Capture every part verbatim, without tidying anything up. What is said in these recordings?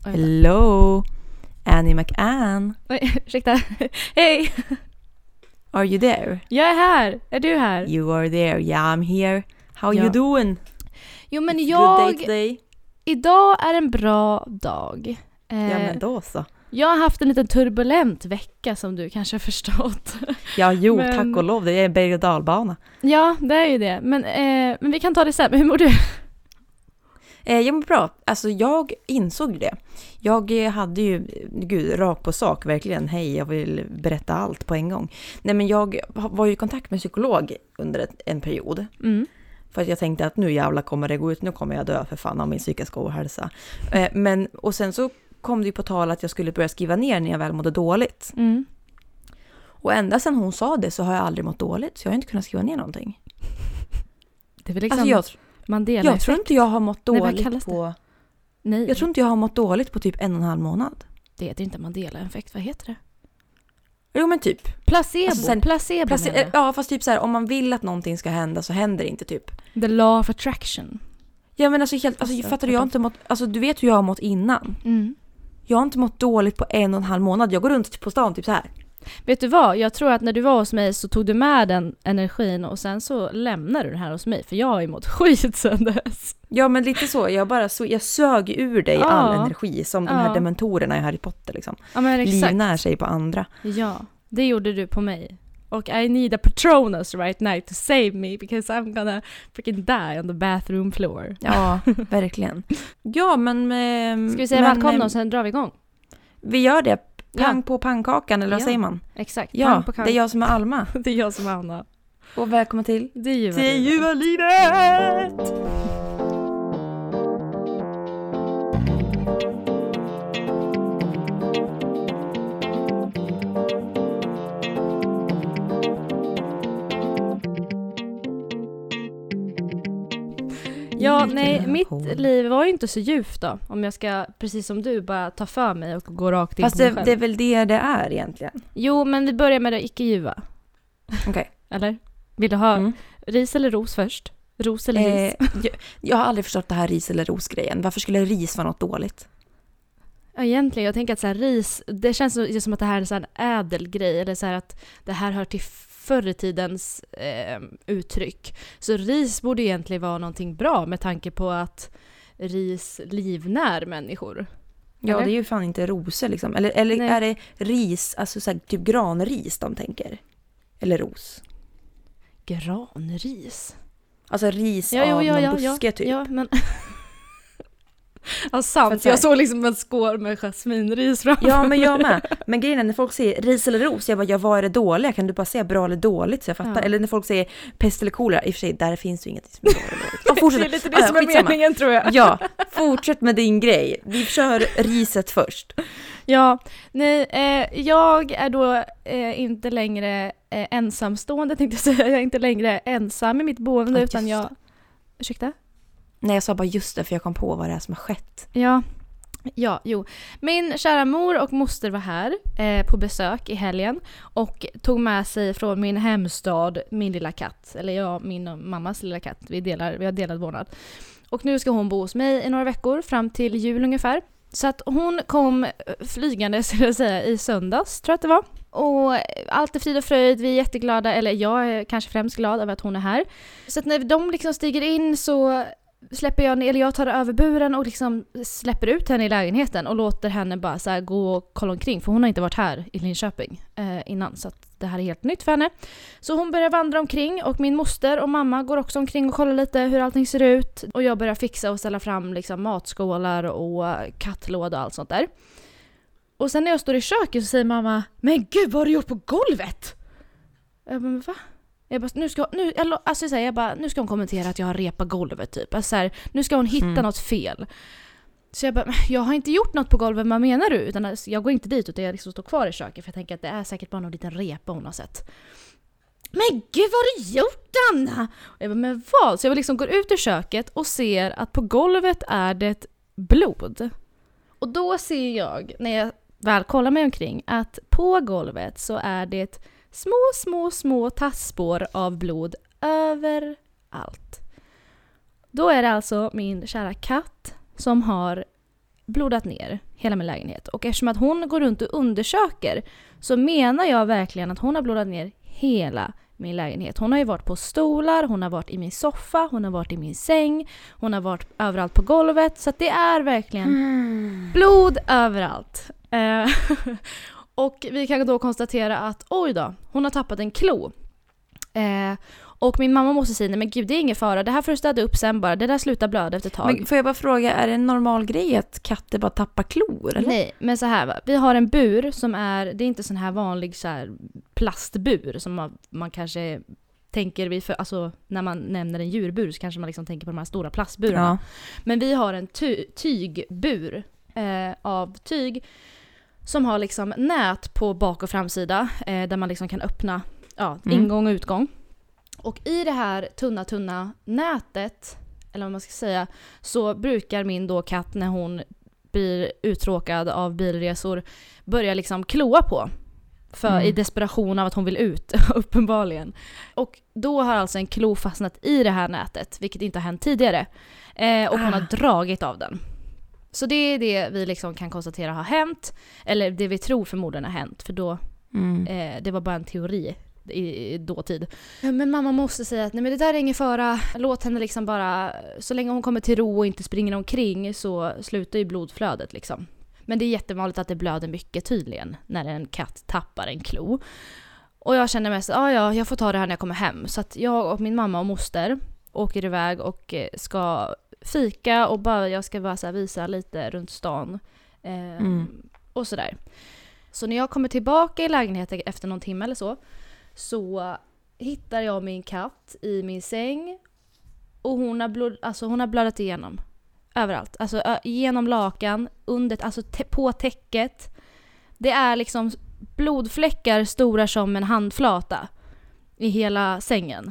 Hello, Annie McAnn. Oj, ursäkta. Hej! Are you there? Jag är här. Är du här? You are there. Yeah, I'm here. How Ja. you doing? Jo, men It's jag... good day today. Idag är en bra dag. Eh, Ja, men då så. Jag har haft en liten turbulent vecka som du kanske har förstått. Ja, jo, Men- tack och lov. Det är en berg- och dalbana. Ja, det är ju det. Men, eh, men vi kan ta det sen. Hur mår du? Eh, jag mår bra. Alltså, jag insåg det. Jag eh, hade ju, gud, rak på sak, verkligen. Hej, jag vill berätta allt på en gång. Nej, men jag var ju i kontakt med en psykolog under ett, en period. Mm. För att jag tänkte att nu jävla kommer det gå ut, nu kommer jag dö för fan av min psykiska ohälsa. Eh, men, och sen så kom det ju på tal att jag skulle börja skriva ner när jag väl mådde dåligt. Mm. Och ända sedan hon sa det så har jag aldrig mått dåligt. Så jag har inte kunnat skriva ner någonting. Det är väl liksom Alltså jag, Mandela jag tror inte jag har mått Nej, vad dåligt kallas det? på... Nej, Jag tror inte jag har mått dåligt på typ en och en halv månad. det heter inte Mandela-effekt. Vad heter det? Jo, men typ. Placebo. Alltså sen- placebo, Placer- menar jag. ja, fast typ så här, om man vill att någonting ska hända så händer det inte typ. The law of attraction. Ja, men alltså helt... Alltså, Alltså, fattar du, jag har inte mått... Alltså, du vet hur jag har mått innan. Mm. Jag har inte mått dåligt på en och en halv månad. Jag går runt på stan typ så här. Vet du vad? Jag tror att när du var hos mig så tog du med den energin och sen så lämnar du den här hos mig. För jag har ju mått skit sen dess. Ja, men lite så. Jag bara så, jag sög ur dig Ja. all energi som de Ja. här dementorerna i Harry Potter liksom. Ja, men exakt. Livnär sig på andra. Ja, det gjorde du på mig. Och I need a Patronus right now to save me because I'm gonna freaking die on the bathroom floor. Ja, verkligen. Ja, men... Eh, Ska vi säga men, välkomna eh, och sen drar vi igång? Vi gör det. Pang Ja. på pannkakan, eller vad Ja. säger man? Exakt. Ja, Pang på det är kant. jag som är Alma. Det är jag som är Anna. Och välkommen till... Det är ju vad Det är du ljuva livet! Ja, nej, mitt liv var ju inte så djupt då. Om jag ska, precis som du, bara ta för mig och gå rakt in Fast på mig det, själv. det är väl det det är egentligen. Jo, men vi börjar med det icke-ljuva. Okej. Eller? Vill du ha Mm. ris eller ros först? Ros eller ris? Eh, jag, jag har aldrig förstått det här ris eller ros-grejen. Varför skulle ris vara något dåligt? Ja, egentligen, jag tänker att så här, ris, det känns så- som att det här är en sån här ädel grej, eller så här att det här hör till förr i tidens eh, uttryck. Så ris borde egentligen vara någonting bra med tanke på att ris livnär människor. Ja, Eller? det är ju fan inte rosor liksom. Eller, eller Nej. är det ris, alltså så här, typ granris de tänker? Eller ros? Granris? Alltså ris Ja, jo, av ja, någon ja, buske ja, typ. ja, men... ja, För sant. att så här- Jag såg liksom en skål med jasminris framför Ja, men mig. jag med. Men grejen är när folk säger ris eller ros, jag bara, ja, vad är det dåliga? Kan du bara säga bra eller dåligt så jag fattar? Ja. Eller när folk säger pest eller kolera, i och för sig, där finns ju inget som är bra eller dåligt. Ja, fortsätt. Det är lite det Ah, ja, som är skitsamma. meningen, tror jag. Ja, fortsätt med din grej. Vi kör riset först. Ja, nej, eh, jag är då eh, inte längre eh, ensamstående, tänkte jag säga. Jag är inte längre ensam i mitt boende, Ja, utan just jag... Ursäkta? Nej, jag sa bara just det, för jag kom på vad det är som har skett. Ja. Ja, jo. Min kära mor och moster var här eh, på besök i helgen och tog med sig från min hemstad min lilla katt. Eller ja, min och mammas lilla katt. Vi, delar, vi har delad vårdnad. Och nu ska hon bo hos mig i några veckor, fram till jul ungefär. Så att hon kom flygande, skulle jag säga, i söndags, tror jag att det var. Och allt är frid och fröjd, vi är jätteglada, eller jag är kanske främst glad över att hon är här. Så att när de liksom stiger in så släpper jag, eller jag tar över buren och liksom släpper ut henne i lägenheten och låter henne bara så här gå och kolla omkring, för hon har inte varit här i Linköping eh, innan, så att det här är helt nytt för henne. Så hon börjar vandra omkring och min moster och mamma går också omkring och kollar lite hur allting ser ut, och jag börjar fixa och ställa fram liksom matskålar och kattlåda och allt sånt där. Och sen när jag står i köket så säger mamma: "Men gud, vad har du gjort på golvet?" Jag bara, "Men va?" Jag bara, nu ska, nu, jag, alltså så här, jag bara, nu ska hon kommentera att jag har repat golvet typ. Alltså så här, nu ska hon hitta Mm. något fel. Så jag bara, "Men jag har inte gjort något på golvet, vad menar du?" Utan alltså, jag går inte dit, utan jag liksom står kvar i köket, för jag tänker att det är säkert bara någon liten repa hon har sett. "Men gud, vad har du gjort, Anna?" Och jag bara, "Men vad?" Så jag liksom går ut ur köket och ser att på golvet är det blod. Och då ser jag, när jag väl kollar mig omkring, att på golvet så är det små, små, små tassspår av blod överallt. Då är det alltså min kära katt som har blodat ner hela min lägenhet. Och eftersom att hon går runt och undersöker så menar jag verkligen att hon har blodat ner hela min lägenhet. Hon har ju varit på stolar, hon har varit i min soffa, hon har varit i min säng, hon har varit överallt på golvet. Så att det är verkligen mm. blod överallt. Eh, och vi kan då konstatera att oj då, hon har tappat en klo. Eh, och min mamma måste säga, nej men gud, det är ingen fara, det här får du städa upp sen bara, det där slutar blöda efter ett tag. Men får jag bara fråga, är det en normal grej att katter bara tappar klor? Eller? Nej, men så här va, vi har en bur som är, det är inte sån här vanlig så här plastbur som man, man kanske tänker vi för, alltså när man nämner en djurbur så kanske man liksom tänker på de här stora plastburarna. Ja. Men vi har en ty- tygbur eh, av tyg som har liksom nät på bak- och framsida eh, där man liksom kan öppna ja, mm. ingång och utgång. Och i det här tunna, tunna nätet, eller vad man ska säga, så brukar min då katt när hon blir uttråkad av bilresor börja liksom kloa på. För mm. i desperation av att hon vill ut, uppenbarligen. Och då har alltså en klo fastnat i det här nätet, vilket inte har hänt tidigare. Eh, och hon ah. har dragit av den. Så det är det vi liksom kan konstatera har hänt. Eller det vi tror förmodligen har hänt. För då, mm. eh, det var bara en teori i dåtid. Men mamma måste säga att nej men det där är ingen fara. Låt henne liksom bara, så länge hon kommer till ro och inte springer omkring så slutar ju blodflödet liksom. Men det är jättevanligt att det blöder mycket tydligen när en katt tappar en klo. Och jag känner mest, ja ja, jag får ta det här när jag kommer hem. Så att jag och min mamma och moster åker iväg och ska fika och bara, jag ska bara så här visa lite runt stan. Eh, mm. Och sådär. Så när jag kommer tillbaka i lägenheten efter någon timme eller så, så hittar jag min katt i min säng och hon har, blod, alltså hon har blödat igenom. Överallt. Alltså ö- genom lakan, under, alltså te- på täcket. Det är liksom blodfläckar stora som en handflata i hela sängen.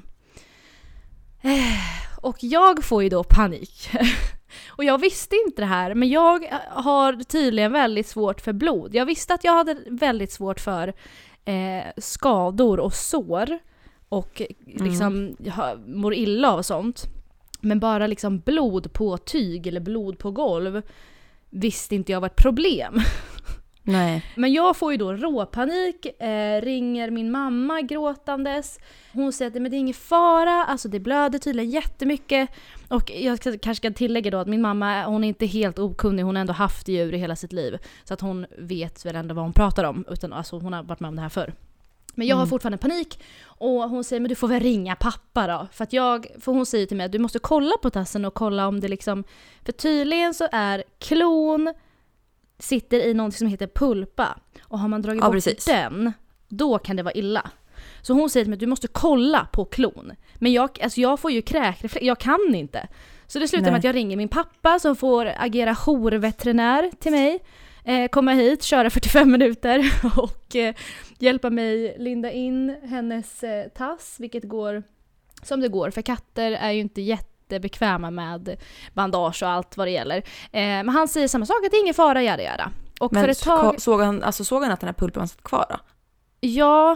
Och jag får ju då panik. Och jag visste inte det här, men jag har tydligen väldigt svårt för blod. Jag visste att jag hade väldigt svårt för eh, skador och sår. Och liksom mm. jag mår illa av sånt. Men bara liksom blod på tyg eller blod på golv visste inte jag var ett problem. Nej. Men jag får ju då råpanik, eh, ringer min mamma gråtandes. Hon säger att men det är ingen fara, alltså det blöder tydligen jättemycket. Och jag kanske ska tillägga då att min mamma, hon är inte helt okunnig, hon har ändå haft djur i hela sitt liv. Så att hon vet väl ändå vad hon pratar om, utan alltså hon har varit med om det här förr. Men jag har mm. fortfarande panik och hon säger men du får väl ringa pappa då. För att jag, för hon säger till mig att du måste kolla på tassen och kolla om det liksom, för tydligen så är klon sitter i något som heter pulpa. Och har man dragit ja, bort precis. den, då kan det vara illa. Så hon säger till mig att du måste kolla på klon. Men jag, alltså jag får ju kräk, jag kan inte. Så det slutar Nej. med att jag ringer min pappa som får agera jourveterinär till mig. Eh, komma hit, köra fyrtiofem minuter och eh, hjälpa mig linda in hennes eh, tass, vilket går som det går. För katter är ju inte jättebekväma med bandage och allt vad det gäller. Eh, men han säger samma sak, att det är ingen fara, göra göra. Och men för ett tag... såg, han, alltså såg han att den här pulpen satt kvar då? Ja,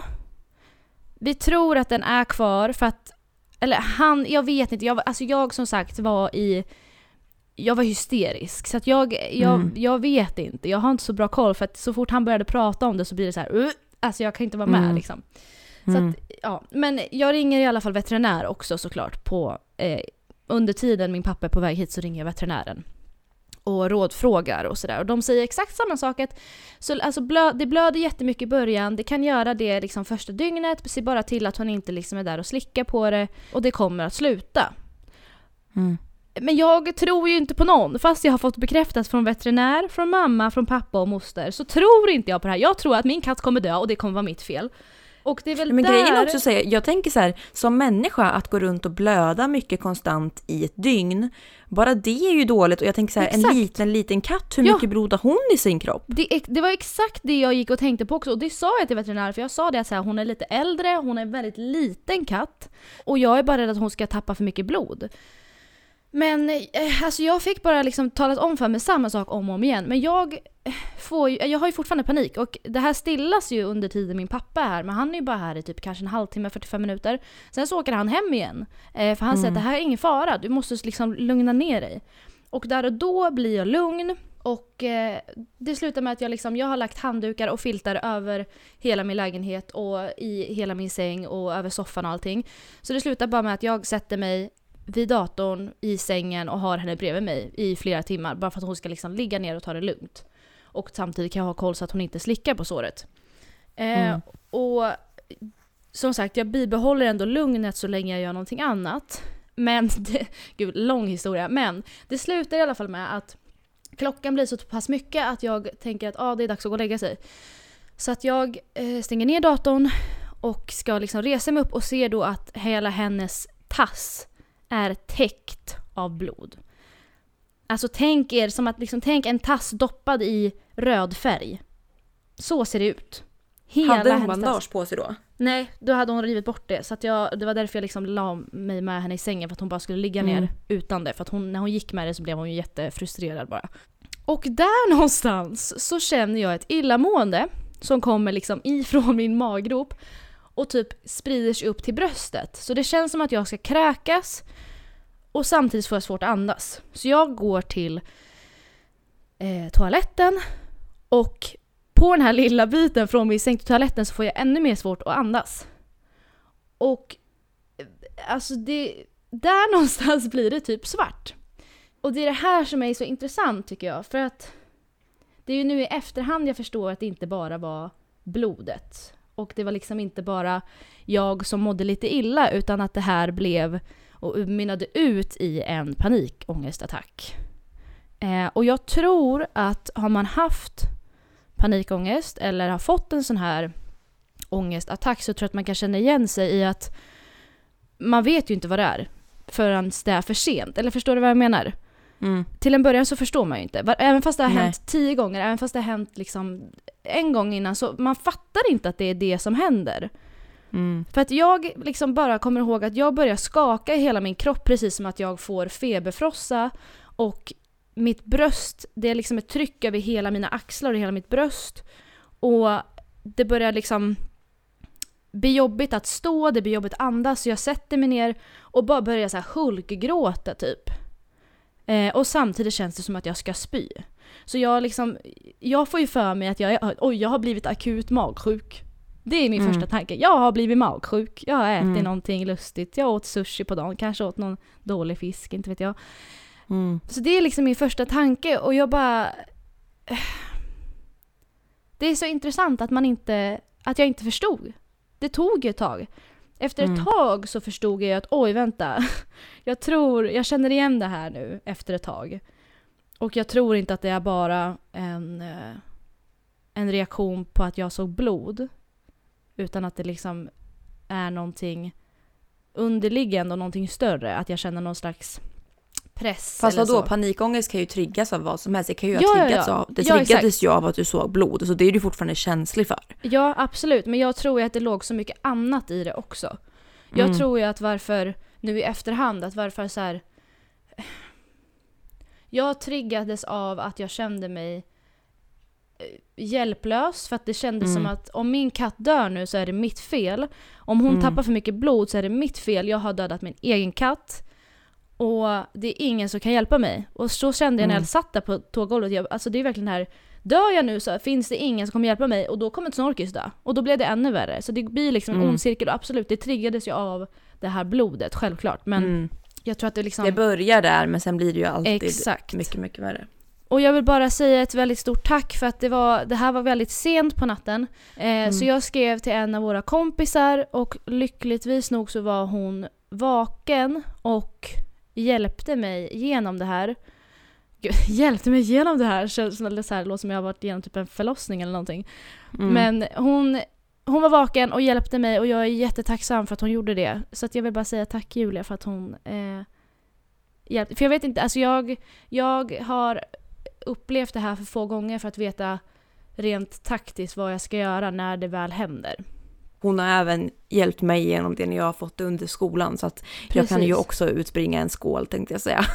vi tror att den är kvar för att, eller han, jag vet inte, jag, alltså jag som sagt var i jag var hysterisk, så att jag, jag, mm. jag vet inte, jag har inte så bra koll, för att så fort han började prata om det så blir det så här, uh, alltså jag kan inte vara med mm. liksom. Så mm. att, ja, men jag ringer i alla fall veterinär också såklart på, eh, under tiden min pappa är på väg hit så ringer jag veterinären och rådfrågar och sådär, och de säger exakt samma sak, att så, alltså blö, det blöder jättemycket i början, det kan göra det liksom första dygnet, se bara till att hon inte liksom är där och slickar på det, och det kommer att sluta. Mm. Men jag tror ju inte på någon. Fast jag har fått bekräftat från veterinär, från mamma, från pappa och moster, så tror inte jag på det här. Jag tror att min katt kommer dö och det kommer vara mitt fel. Och det är väl men där... grejen också säger, jag tänker så här, som människa att gå runt och blöda mycket konstant i ett dygn, bara det är ju dåligt. Och jag tänker så här, exakt. en liten, liten katt, hur ja. mycket blod har hon i sin kropp? Det, det var exakt det jag gick och tänkte på också. Och det sa jag till veterinär, för jag sa det att så här, hon är lite äldre, hon är en väldigt liten katt. Och jag är bara rädd att hon ska tappa för mycket blod. Men eh, alltså jag fick bara liksom talat om för mig samma sak om och om igen. Men jag, får ju, jag har ju fortfarande panik. Och det här stillas ju under tiden min pappa är här. Men han är ju bara här i typ kanske en halvtimme, fyrtiofem minuter. Sen så åker han hem igen. Eh, för han mm. säger att det här är ingen fara. Du måste liksom lugna ner dig. Och där och då blir jag lugn. Och eh, det slutar med att jag, liksom, jag har lagt handdukar och filtar över hela min lägenhet och i hela min säng och över soffan och allting. Så det slutar bara med att jag sätter mig vid datorn i sängen och har henne bredvid mig i flera timmar. Bara för att hon ska liksom ligga ner och ta det lugnt. Och samtidigt kan jag ha koll så att hon inte slickar på såret. Eh, mm. Och som sagt, jag bibehåller ändå lugnet så länge jag gör någonting annat. Men, det, gud, lång historia. Men det slutar i alla fall med att klockan blir så pass mycket att jag tänker att ah, det är dags att gå och lägga sig. Så att jag eh, stänger ner datorn och ska liksom resa mig upp och ser då att hela hennes tass är täckt av blod. Alltså tänk er som att liksom, tänk en tass doppad i röd färg. Så ser det ut. Hela hade hon bandage tass på sig då? Nej, då hade hon rivit bort det. Så att jag, det var därför jag liksom la mig med henne i sängen. För att hon bara skulle ligga ner mm. utan det. För att hon, när hon gick med det så blev hon ju jättefrustrerad bara. Och där någonstans så känner jag ett illamående som kommer liksom ifrån min maggrop. Och typ sprider sig upp till bröstet. Så det känns som att jag ska kräkas. Och samtidigt får jag svårt att andas. Så jag går till eh, toaletten. Och på den här lilla biten från min säng till toaletten så får jag ännu mer svårt att andas. Och alltså det, där någonstans blir det typ svart. Och det är det här som är så intressant tycker jag. För att det är ju nu i efterhand jag förstår att det inte bara var blodet. Och det var liksom inte bara jag som mådde lite illa utan att det här blev och mynnade ut i en panikångestattack. Eh, och jag tror att har man haft panikångest eller har fått en sån här ångestattack så tror jag att man kan känna igen sig i att man vet ju inte vad det är förrän det är för sent. Eller förstår du vad jag menar? Mm. Till en början så förstår man ju inte. Även fast det har Nej. hänt tio gånger, även fast det har hänt liksom en gång innan så man fattar inte att det är det som händer. Mm. För att jag liksom bara kommer ihåg att jag börjar skaka i hela min kropp precis som att jag får feberfrossa och mitt bröst, det är liksom ett tryck över hela mina axlar och hela mitt bröst. Och det börjar liksom bli jobbigt att stå, det blir jobbigt att andas. Så jag sätter mig ner och bara börjar så här hulkgråta typ. Eh, och samtidigt känns det som att jag ska spy. Så jag liksom, jag får ju för mig att jag, är, oj, jag har blivit akut magsjuk. Det är min mm. första tanke. Jag har blivit magsjuk. Jag har ätit mm. någonting lustigt. Jag åt sushi på dagen. Kanske åt någon dålig fisk, inte vet jag. Mm. Så det är liksom min första tanke och jag bara det är så intressant att man inte att jag inte förstod. Det tog ett tag. Efter ett mm. tag så förstod jag att oj vänta. Jag tror jag känner igen det här nu efter ett tag. Och jag tror inte att det är bara en en reaktion på att jag såg blod utan att det liksom är någonting underliggande och någonting större, att jag känner någon slags press. Fast vadå, panikångest kan ju triggas av vad som helst. Det kan ju ha ja, triggats ja, ja. av, det triggades ja, ju av att du såg blod, så det är du fortfarande känslig för. Ja, absolut. Men jag tror ju att det låg så mycket annat i det också. Jag mm. tror ju att varför, nu i efterhand, att varför så här. Jag triggades av att jag kände mig hjälplös, för att det kändes mm. som att om min katt dör nu så är det mitt fel. Om hon mm. tappar för mycket blod så är det mitt fel. Jag har dödat min egen katt. Och det är ingen som kan hjälpa mig. Och så kände jag när jag mm. satt där på tåggolvet. Jag, alltså det är verkligen här, dör jag nu så finns det ingen som kommer hjälpa mig. Och då kommer ett Snorkis dö. Och då blev det ännu värre. Så det blir liksom en mm. ond cirkel. Och absolut, det triggades ju av det här blodet, självklart. Men mm. jag tror att det liksom... Det börjar där, men sen blir det ju alltid Exakt. mycket, mycket värre. Och jag vill bara säga ett väldigt stort tack för att det, var, det här var väldigt sent på natten. Eh, mm. Så jag skrev till en av våra kompisar och lyckligtvis nog så var hon vaken och hjälpte mig genom det här. Gud, hjälpte mig genom det här. Känns som så här, låter som jag har varit igenom typ en förlossning eller någonting. Mm. Men hon, hon var vaken och hjälpte mig och jag är jättetacksam för att hon gjorde det. Så att jag vill bara säga tack Julia för att hon eh, hjälpte. För jag vet inte, alltså jag, jag har upplevt det här för få gånger för att veta rent taktiskt vad jag ska göra när det väl händer. Hon har även hjälpt mig genom det när jag har fått det under skolan, så att Precis. jag kan ju också utspringa en skål, tänkte jag säga.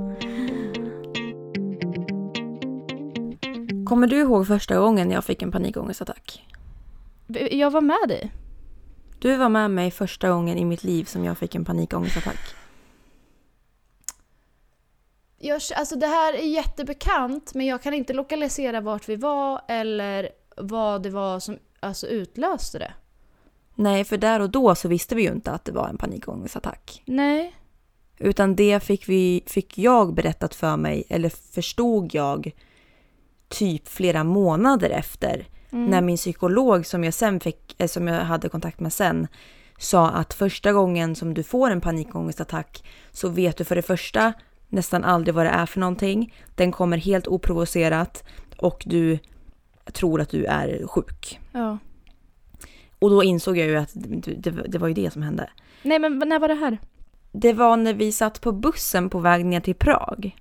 Kommer du ihåg första gången jag fick en panikångestattack? Jag var med dig. Du var med mig första gången i mitt liv som jag fick en panikångestattack. Jag, alltså det här är jättebekant, men jag kan inte lokalisera vart vi var eller vad det var som alltså utlöste det. Nej, för där och då så visste vi ju inte att det var en panikångestattack. Nej. Utan det fick, vi, fick jag berättat för mig, eller förstod jag typ flera månader efter. Mm. När min psykolog som jag, sen fick, som jag hade kontakt med sen sa att första gången som du får en panikångestattack så vet du för det första nästan aldrig vad det är för någonting. Den kommer helt oprovocerat och du tror att du är sjuk. Ja. Och då insåg jag ju att det, det var ju det som hände. Nej, men när var det här? Det var när vi satt på bussen på väg ner till Prag.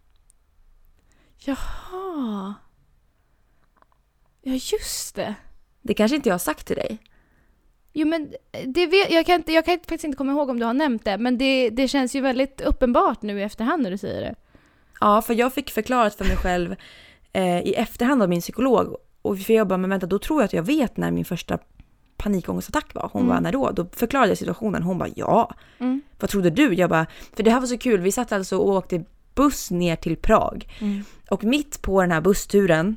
Jaha. Ja, just det. Det kanske inte jag har sagt till dig. Jo, men det vet, jag, kan inte, jag kan faktiskt inte komma ihåg om du har nämnt det. Men det, det känns ju väldigt uppenbart nu i efterhand när du säger det. Ja, för jag fick förklarat för mig själv eh, i efterhand av min psykolog. Och för jag bara, men vänta, då tror jag att jag vet när min första panikångestattack var. Hon mm. bara, när då? Då förklarade jag situationen. Hon bara, ja. Mm. Vad trodde du? Jag bara, för det här var så kul. Vi satt alltså och åkte buss ner till Prag. Mm. Och mitt på den här bussturen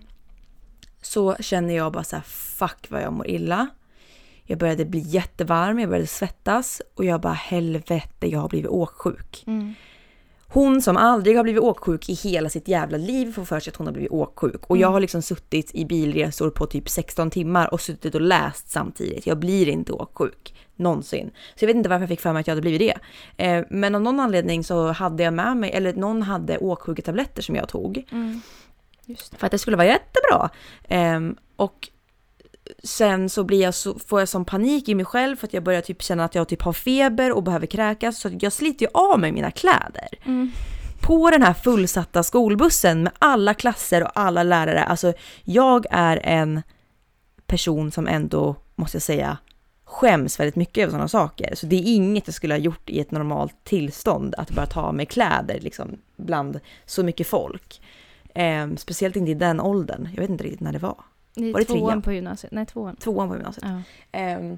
så känner jag bara så här, fuck vad jag mår illa. Jag började bli jättevarm, jag började svettas och jag bara, helvete, jag har blivit åksjuk. Mm. Hon som aldrig har blivit åksjuk i hela sitt jävla liv får för sig att hon har blivit åksjuk. Och mm. jag har liksom suttit i bilresor på typ sexton timmar och suttit och läst samtidigt. Jag blir inte åksjuk, någonsin. Så jag vet inte varför jag fick för mig att jag hade blivit det. Eh, men av någon anledning så hade jag med mig, eller någon hade åksjuketabletter som jag tog. Mm. Just det. För att det skulle vara jättebra. Eh, och sen så blir jag så, får jag som panik i mig själv för att jag börjar typ känna att jag typ har feber och behöver kräkas, så jag sliter ju av mig mina kläder. Mm. På den här fullsatta skolbussen med alla klasser och alla lärare. Alltså jag är en person som ändå, måste jag säga, skäms väldigt mycket över sådana saker. Så det är inget jag skulle ha gjort i ett normalt tillstånd, att bara ta av mig kläder liksom bland så mycket folk. Eh, speciellt inte i den åldern. Jag vet inte riktigt när det var. Var det tvåan trean? På gymnasiet? Nej, tvåan. Tvåan på gymnasiet. Ja. Um,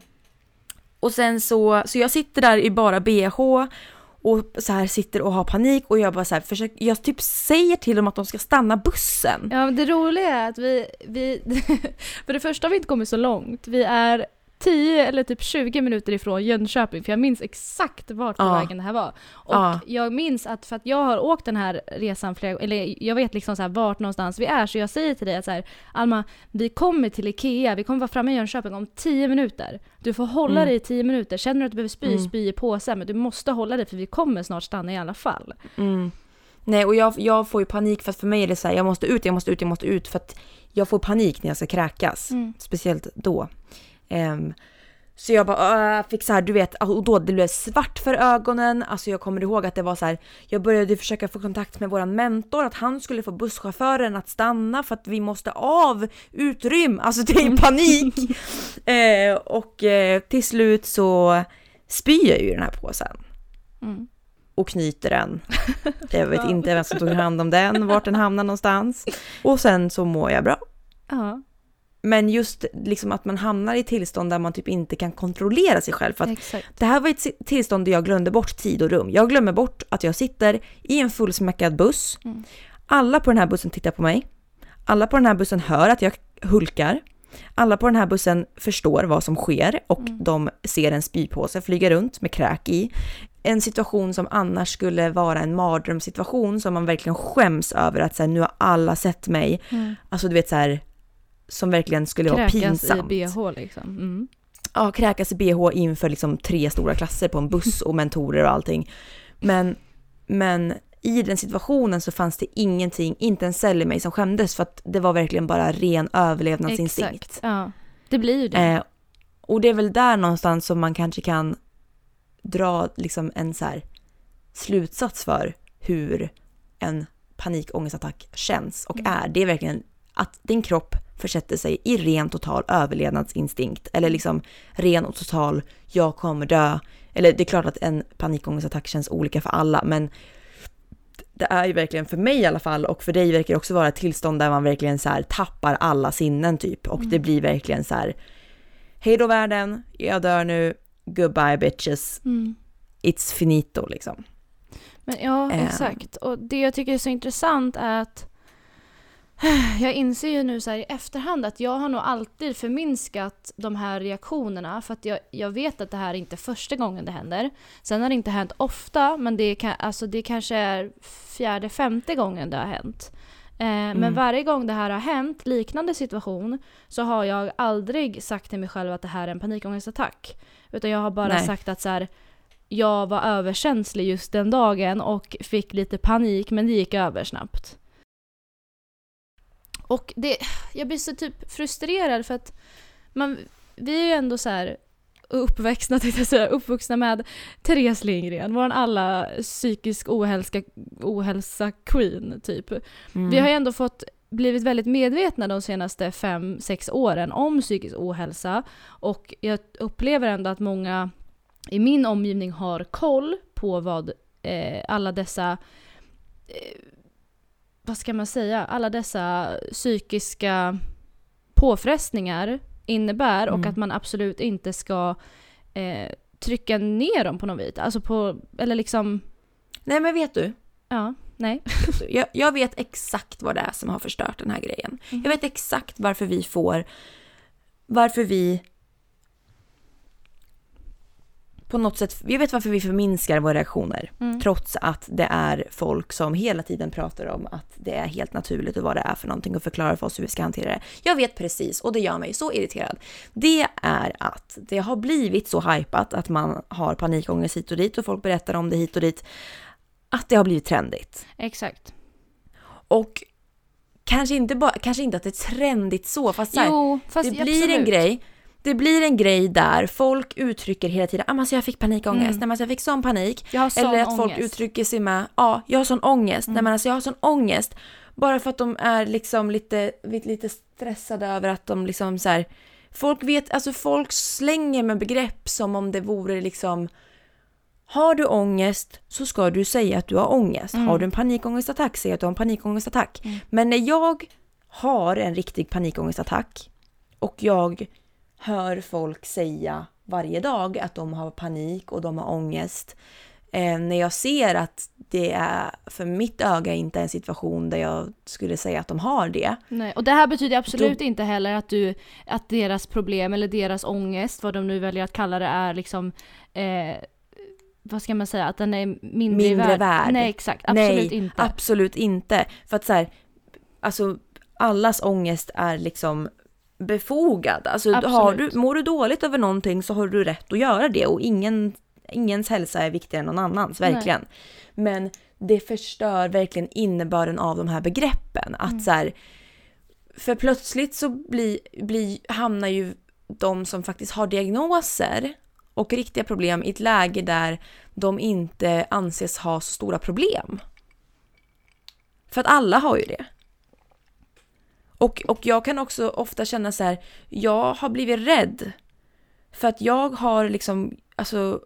och sen så, så jag sitter där i bara B H och så här sitter och har panik och jag bara så här försöker, jag typ säger till dem att de ska stanna bussen. Ja, men det roliga är att vi, vi för det första har vi inte kommit så långt. Vi är tio eller typ tjugo minuter ifrån Jönköping, för jag minns exakt vart på ja. vägen det här var. Och ja. jag minns att för att jag har åkt den här resan flera, eller jag vet liksom så här vart någonstans vi är, så jag säger till dig att så här, Alma, vi kommer till Ikea, vi kommer vara framme i Jönköping om tio minuter. Du får hålla mm. dig i tio minuter. Känner du att du behöver spy, mm. spy i påsen, men du måste hålla dig för vi kommer snart stanna i alla fall. Mm. Nej, och jag, jag får ju panik för att för mig är det så här, jag måste ut, jag måste ut, jag måste ut för att jag får panik när jag ska kräkas. Mm. Speciellt då. Um, så jag bara äh, fick så här, du vet, och då det blev svart för ögonen. Alltså jag kommer ihåg att det var så här, jag började försöka få kontakt med våran mentor, att han skulle få busschauffören att stanna för att vi måste av utrym. Alltså det är panik. eh, och eh, till slut så spyr jag ju den här påsen. Mm. Och knyter den. Jag vet inte vem som tog hand om den, vart den hamnar någonstans. Och sen så mår jag bra. Ja. Men just liksom att man hamnar i tillstånd där man typ inte kan kontrollera sig själv. För att det här var ett tillstånd där jag glömde bort tid och rum. Jag glömmer bort att jag sitter i en fullsmäckad buss. Mm. Alla på den här bussen tittar på mig. Alla på den här bussen hör att jag hulkar. Alla på den här bussen förstår vad som sker. Och mm. de ser en spypåse flyga runt med kräk i. En situation som annars skulle vara en mardrömssituation som man verkligen skäms över att så här, nu har alla sett mig. Mm. Alltså du vet så här, som verkligen skulle kräkas vara pinsamt. Kräkas i B H liksom. Mm. Ja, kräkas i B H inför liksom tre stora klasser på en buss och mentorer och allting. Men, men i den situationen så fanns det ingenting, inte en cell i mig som skämdes, för att det var verkligen bara ren överlevnadsinstinkt. Exakt, ja. Det blir ju det. Eh, och det är väl där någonstans som man kanske kan dra liksom en så här slutsats för hur en panikångestattack känns och mm. är. Det är verkligen att din kropp försätter sig i ren total överlevnadsinstinkt, eller liksom ren och total jag kommer dö. Eller det är klart att en panikångestattack känns olika för alla, men det är ju verkligen för mig i alla fall, och för dig verkar det också vara ett tillstånd där man verkligen så här tappar alla sinnen typ, och mm. det blir verkligen så här, hej då världen, jag dör nu, goodbye bitches, mm. it's finito liksom. Men ja, Eh. exakt. Och det jag tycker är så intressant är att jag inser ju nu så här i efterhand att jag har nog alltid förminskat de här reaktionerna, för att jag, jag vet att det här är inte första gången det händer. Sen har det inte hänt ofta, men det, kan, alltså det kanske är fjärde, femte gången det har hänt. Eh, mm. Men varje gång det här har hänt, liknande situation, så har jag aldrig sagt till mig själv att det här är en panikångestattack. Utan jag har bara Nej. sagt att så här, jag var överkänslig just den dagen och fick lite panik, men det gick över snabbt. Och det, jag blir så typ frustrerad för att man, vi är ju ändå så här uppväxna, säga, uppvuxna med Therese Lindgren, vår alla psykisk ohälsa, ohälsa queen typ. Mm. Vi har ju ändå fått blivit väldigt medvetna de senaste fem, sex åren om psykisk ohälsa, och jag upplever ändå att många i min omgivning har koll på vad eh, alla dessa eh, vad ska man säga, alla dessa psykiska påfrestningar innebär, mm. och att man absolut inte ska eh, trycka ner dem på något vis. Alltså på, eller liksom... Nej, men vet du? Ja, nej. jag, jag vet exakt vad det är som har förstört den här grejen. Mm. Jag vet exakt varför vi får, varför vi på något sätt, jag vet varför vi förminskar våra reaktioner, mm. trots att det är folk som hela tiden pratar om att det är helt naturligt och vad det är för någonting och förklarar för oss hur vi ska hantera det. Jag vet precis, och det gör mig så irriterad. Det är att det har blivit så hypat att man har panikångest hit och dit och folk berättar om det hit och dit, att det har blivit trendigt. Exakt. Och kanske inte, bara, kanske inte att det är trendigt så, fast, så här, jo, fast det blir absolut. en grej. Det blir en grej där folk uttrycker hela tiden, ah, alltså jag fick panikångest, mm. nej, men alltså jag fick sån panik. Jag har sån Eller att ångest. folk uttrycker sig med, ja, ah, jag har sån ångest, mm. nej men alltså jag har sån ångest. Bara för att de är liksom lite, lite stressade över att de liksom så här, folk vet, alltså folk slänger med begrepp som om det vore liksom, har du ångest så ska du säga att du har ångest. Mm. Har du en panikångestattack, säg att du har en panikångestattack. Mm. Men när jag har en riktig panikångestattack och jag hör folk säga varje dag att de har panik och de har ångest. Eh, när jag ser att det är för mitt öga inte en situation där jag skulle säga att de har det. Nej, och det här betyder absolut då, inte heller att, du, att deras problem eller deras ångest, vad de nu väljer att kalla det, är liksom... Eh, vad ska man säga? Att den är mindre, mindre värd. värd. Nej, exakt. Absolut Nej, inte. absolut inte. För att så här, alltså allas ångest är liksom befogad. Alltså har du, mår du dåligt över någonting så har du rätt att göra det, och ingen, ingens hälsa är viktigare än någon annans, verkligen. Nej. Men det förstör verkligen innebörden av de här begreppen. Att mm. så här, för plötsligt så blir, blir, hamnar ju de som faktiskt har diagnoser och riktiga problem i ett läge där de inte anses ha så stora problem. För att alla har ju det. Och, och jag kan också ofta känna så här, jag har blivit rädd. För att jag har liksom, alltså,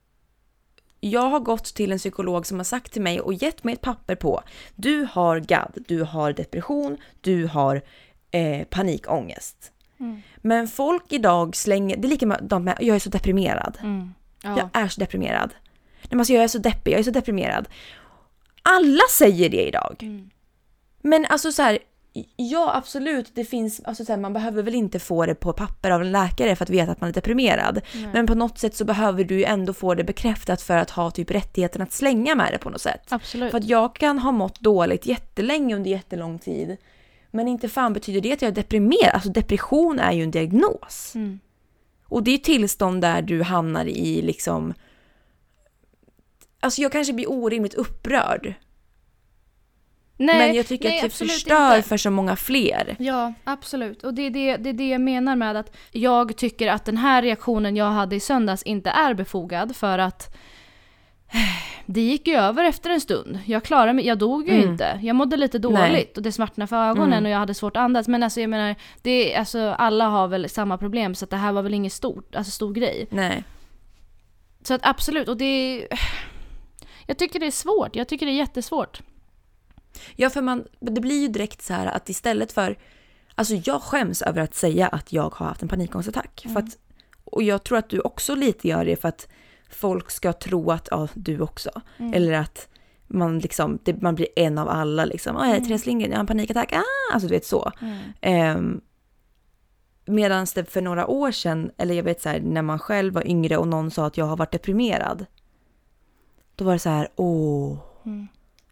jag har gått till en psykolog som har sagt till mig och gett mig ett papper på, du har G A D, du har depression, du har eh, panikångest. Mm. Men folk idag slänger, det är lika med, de med jag är så deprimerad. Mm. Ja. Jag är så deprimerad. Nej, alltså, jag är så deppig, jag är så deprimerad. Alla säger det idag. Mm. Men alltså så här, ja, absolut, det finns, alltså så här, man behöver väl inte få det på papper av en läkare för att veta att man är deprimerad. Nej. Men på något sätt så behöver du ju ändå få det bekräftat för att ha typ rättigheten att slänga med det på något sätt. Absolut. För att jag kan ha mått dåligt jättelänge under jättelång tid, men inte fan betyder det att jag är deprimerad. Alltså depression är ju en diagnos. Mm. Och det är ett tillstånd där du hamnar i liksom, alltså jag kanske blir orimligt upprörd. Nej, men jag tycker nej, att det förstör inte. För så många fler. Ja, absolut. Och det är det, det är det jag menar med att jag tycker att den här reaktionen jag hade i söndags inte är befogad, för att det gick ju över efter en stund. Jag klarade mig, jag dog ju mm. inte. Jag mådde lite dåligt nej. Och det svartnade för ögonen mm. och jag hade svårt att andas. Men alltså jag menar, det, alltså, alla har väl samma problem, så att det här var väl inget stort, alltså stor grej. Nej. Så att absolut, och det jag tycker det är svårt. Jag tycker det är jättesvårt. Ja, för man, det blir ju direkt så här att istället för, alltså jag skäms över att säga att jag har haft en panikångestattack. Mm. För att, och jag tror att du också lite gör det för att folk ska tro att ja, du också. Mm. Eller att man liksom, det, man blir en av alla liksom. Åh, jag är Therese Lindgren, jag har en panikattack. Ah! Alltså du vet så. Mm. Um, Medan det för några år sedan, eller jag vet så här, när man själv var yngre och någon sa att jag har varit deprimerad. Då var det så här, åh, mm.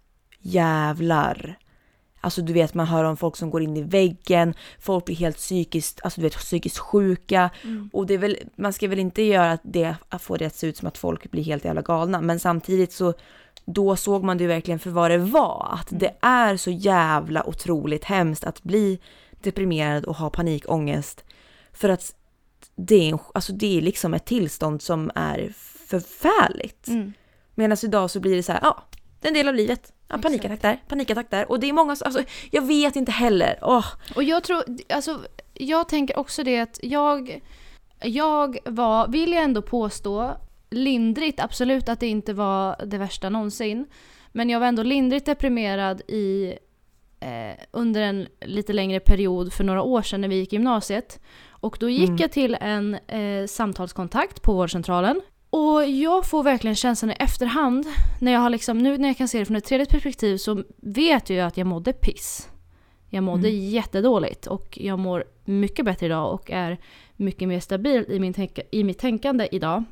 jävlar. Alltså du vet, man hör om folk som går in i väggen, folk blir helt psykiskt, alltså du vet, psykiskt sjuka. Mm. Och det är väl, man ska väl inte göra att det att få det att se ut som att folk blir helt jävla galna. Men samtidigt så, då såg man det verkligen för vad det var. Att mm. det är så jävla otroligt hemskt att bli deprimerad och ha panikångest. För att det är, alltså det är liksom ett tillstånd som är förfärligt. Mm. Medan idag så blir det så här, ja, det är en del av livet. Ja, panikattack där, panikattack där. Och det är många, alltså jag vet inte heller. Åh. Och jag tror, alltså jag tänker också det att jag, jag var, vill jag ändå påstå, lindrigt, absolut att det inte var det värsta någonsin. Men jag var ändå lindrigt deprimerad i eh, under en lite längre period för några år sedan när vi gick i gymnasiet. Och då gick mm. jag till en eh, samtalskontakt på vårdcentralen. Och jag får verkligen känslan i efterhand, när jag har liksom, nu när jag kan se det från ett tredje perspektiv, så vet jag ju att jag mådde piss. Jag mådde mm. jättedåligt och jag mår mycket bättre idag och är mycket mer stabil i, min tänk- i mitt tänkande idag.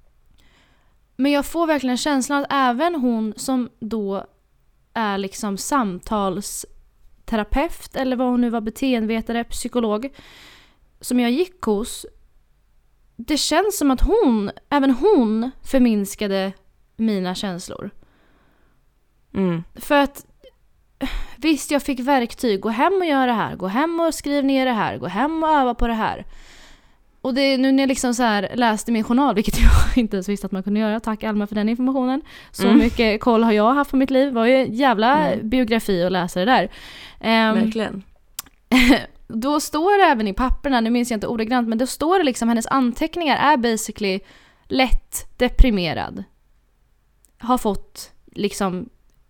Men jag får verkligen känslan att även hon som då är liksom samtalsterapeut eller vad hon nu var, beteendevetare, psykolog, som jag gick hos, det känns som att hon, även hon förminskade mina känslor. Mm. För att visst, jag fick verktyg. Gå hem och gör det här. Gå hem och skriv ner det här. Gå hem och öva på det här. Och det, nu när jag liksom så här läste min journal, vilket jag inte ens visste att man kunde göra. Tack Alma för den informationen. Så mm. mycket koll har jag haft på mitt liv. Det var ju en jävla mm. biografi att läsa det där. Um, Verkligen. Då står det även i papperna, nu minns jag inte ordagrant, men då står det liksom, hennes anteckningar är basically lätt deprimerad. Har fått liksom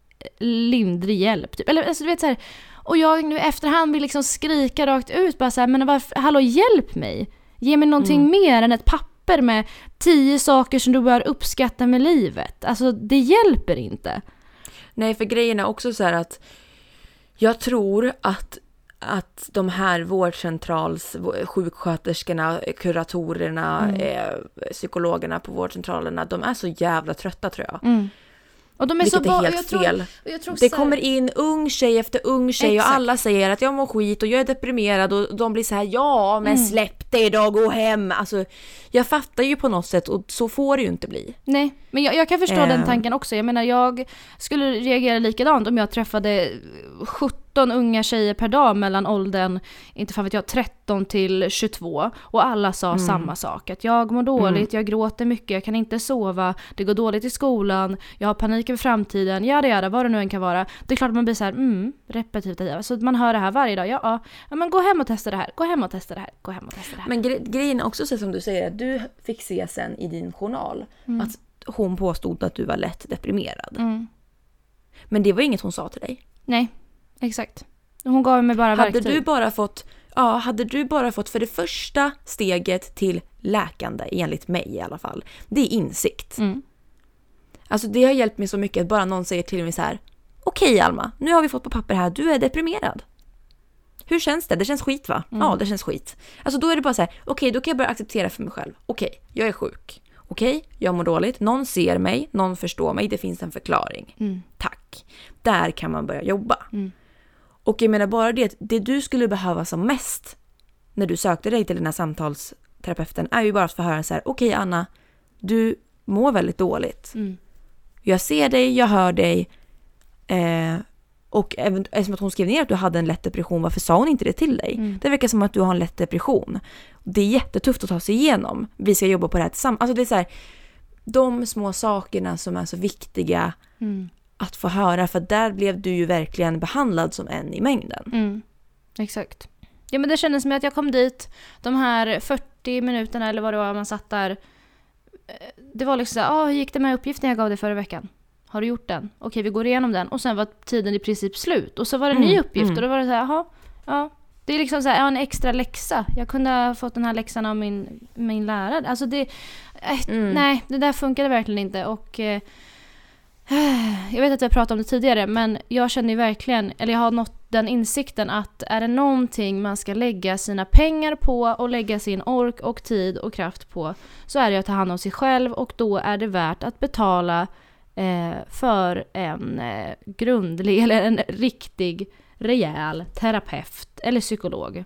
lindrig hjälp. Typ. Eller alltså, du vet så här, och jag nu efterhand vill liksom skrika rakt ut, bara så här, men varför, hallå, hjälp mig. Ge mig någonting mm. mer än ett papper med tio saker som du bör uppskatta med livet. Alltså det hjälper inte. Nej, för grejen är också så här att jag tror att att de här vårdcentrals sjuksköterskorna, kuratorerna, mm. eh, psykologerna på vårdcentralerna, de är så jävla trötta, tror jag. Mm. Och de är Vilket så är helt jag tror, fel. Jag tror det så här... kommer in ung tjej efter ung tjej. Exakt. Och alla säger att jag mår skit och jag är deprimerad och de blir så här, ja men mm. släpp det då, gå hem. Alltså, jag fattar ju på något sätt och så får det ju inte bli. Nej, men jag, jag kan förstå eh. den tanken också. Jag menar, jag skulle reagera likadant om jag träffade sjutton unga tjejer per dag mellan åldern, inte fan vet jag, tretton till tjugotvå, och alla sa mm. samma sak, att jag mår dåligt, mm. jag gråter mycket, jag kan inte sova, det går dåligt i skolan, jag har panik över framtiden, ja det är det, vad det nu än kan vara. Det är klart att man blir så här, mm, repetitivt, så man hör det här varje dag, ja, ja men gå hem och testa det här, gå hem och testa det här, gå hem och testa det här. Men gre- grejen är också så som du säger, att du fick se sen i din journal mm. att hon påstod att du var lätt deprimerad. Mm. Men det var inget hon sa till dig. Nej. Exakt. Hon gav mig bara hade verktyg. Du bara fått, ja, hade du bara fått för det första steget till läkande, enligt mig i alla fall, det är insikt. Mm. Alltså det har hjälpt mig så mycket att bara någon säger till mig så här: okej Alma, nu har vi fått på papper här, du är deprimerad. Hur känns det? Det känns skit, va? Mm. Ja, det känns skit. Alltså då är det bara så här, okej, då kan jag börja acceptera för mig själv. Okej, jag är sjuk. Okej, jag mår dåligt. Någon ser mig, någon förstår mig, det finns en förklaring. Mm. Tack. Där kan man börja jobba. Mm. Och jag menar bara det, det du skulle behöva som mest när du sökte dig till den här samtalsterapeuten är ju bara att få höra så här: okej Anna, du mår väldigt dåligt. Mm. Jag ser dig, jag hör dig. Eh, och även, eftersom att hon skrev ner att du hade en lätt depression, varför sa hon inte det till dig? Mm. Det verkar som att du har en lätt depression. Det är jättetufft att ta sig igenom. Vi ska jobba på det här tillsammans. Alltså det är så här, de små sakerna som är så viktiga mm. att få höra, för där blev du ju verkligen behandlad som en i mängden. Mm. Exakt. Ja, men det kändes som att jag kom dit de här fyrtio minuterna eller vad det var man satt där. Det var liksom så här, ah, hur gick det med uppgiften jag gav dig förra veckan? Har du gjort den? Okej, vi går igenom den. Och sen var tiden i princip slut. Och så var det en mm. ny uppgift mm. och då var det så här, jaha, ja. Det är liksom så här, ja, en extra läxa. Jag kunde ha fått den här läxan av min, min lärare. Alltså det, äh, mm. nej, det där funkade verkligen inte. Och eh, Jag vet att jag pratade om det tidigare, men jag känner ju verkligen, eller jag har nått den insikten att är det någonting man ska lägga sina pengar på och lägga sin ork och tid och kraft på, så är det att ta hand om sig själv, och då är det värt att betala eh, för en eh, grundlig eller en riktig, rejäl terapeut eller psykolog.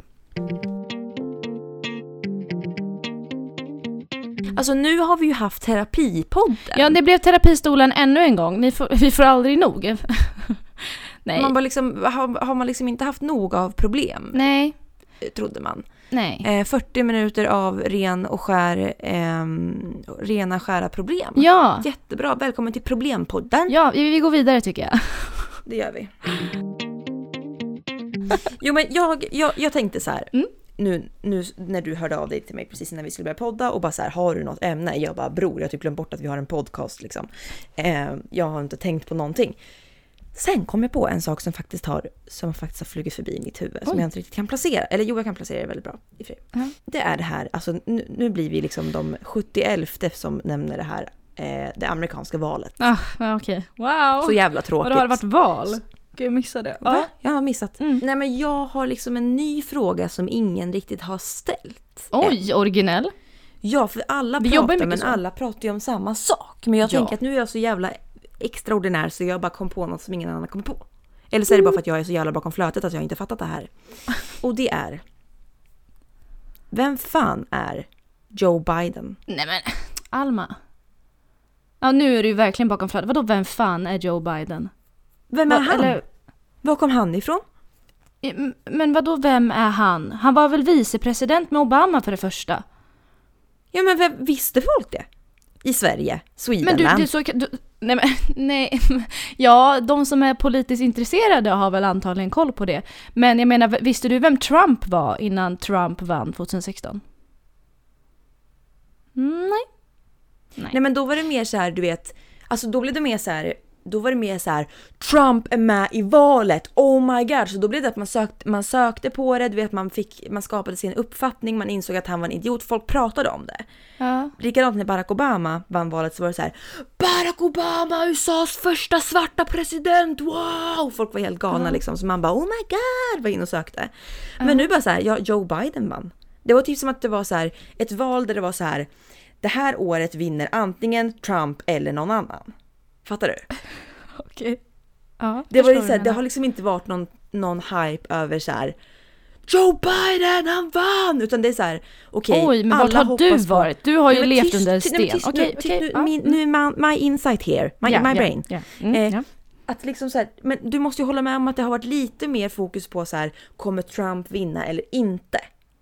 Alltså nu har vi ju haft terapipodden. Ja, det blev terapistolen ännu en gång. Ni får, vi får aldrig nog. Nej. Man bara liksom, har, har man liksom inte haft nog av problem? Nej. Trodde man. Nej. Eh, fyrtio minuter av ren och skär, eh, rena skära problem. Ja. Jättebra. Välkommen till Problempodden. Ja, vi, vi går vidare tycker jag. Det gör vi. Jo, men jag, jag, jag tänkte så här. Mm. Nu, nu när du hörde av dig till mig precis innan vi skulle börja podda och bara så här, har du något ämne? Jag bara, bror, jag har typ glömt bort att vi har en podcast liksom. Eh, jag har inte tänkt på någonting. Sen kom jag på en sak som faktiskt har, som faktiskt har flugit förbi mitt huvud. Oj. Som jag inte riktigt kan placera. Eller jo, jag kan placera det väldigt bra i fri. Mm. Det är det här, alltså nu, nu blir vi liksom de sjuttioelfte som nämner det här, eh, det amerikanska valet. Ah, okej. Okay. Wow. Så jävla tråkigt. Och då har det varit val? Gud, jag missade. Va? Ja. Jag har missat. Mm. Nej, men jag har liksom en ny fråga som ingen riktigt har ställt. Oj, originell. Ja, för alla vi pratar, men så. Alla pratar ju om samma sak. Men jag ja. tänker att nu är jag så jävla extraordinär så jag bara kom på något som ingen annan kommer på. Eller så är det bara för att jag är så jävla bakom flötet att jag inte fattat det här. Och det är: vem fan är Joe Biden? Nej men, Alma. Ja, nu är du ju verkligen bakom flötet. Vadå, vem fan är Joe Biden? Vem är Va, han? Eller, var kom han ifrån? Men vadå, vem är han? Han var väl vicepresident med Obama för det första? Ja, men vem, visste folk det? I Sverige, Sweden. Men du, du så du, nej, men, nej, ja, de som är politiskt intresserade har väl antagligen koll på det. Men jag menar, visste du vem Trump var innan Trump vann tjugohundrasexton? Nej. Nej. Nej, men då var det mer så här, du vet, alltså då blev det mer så här, då var det mer så här: Trump är med i valet, oh my god. Så då blev det att man sökte, man sökte på det, du vet, man fick, man skapade sin uppfattning, man insåg att han var en idiot, folk pratade om det. Ja. Likadant när Barack Obama vann valet så var det så här: Barack Obama, U S A:s första svarta president, wow! Folk var helt galna ja. liksom, så man bara, oh my god, var in och sökte. Men ja. nu bara så här, ja, Joe Biden vann. Det var typ som att det var så här, ett val där det var så här: det här året vinner antingen Trump eller någon annan. Fattar du? Okej. Okay. Ja, det var ju så här, det har liksom inte varit någon, någon hype över så här: Joe Biden, han vann! Utan det är så här, okej. Okay, oj, men vart har du varit? Du har ju nej, levt tyst, under en sten. Okej, okej. Okay, okay. Nu, nu är my, my insight here. My, yeah, my yeah, brain. Yeah. Mm, eh, yeah. Att liksom så här, men du måste ju hålla med om att det har varit lite mer fokus på så här: kommer Trump vinna eller inte?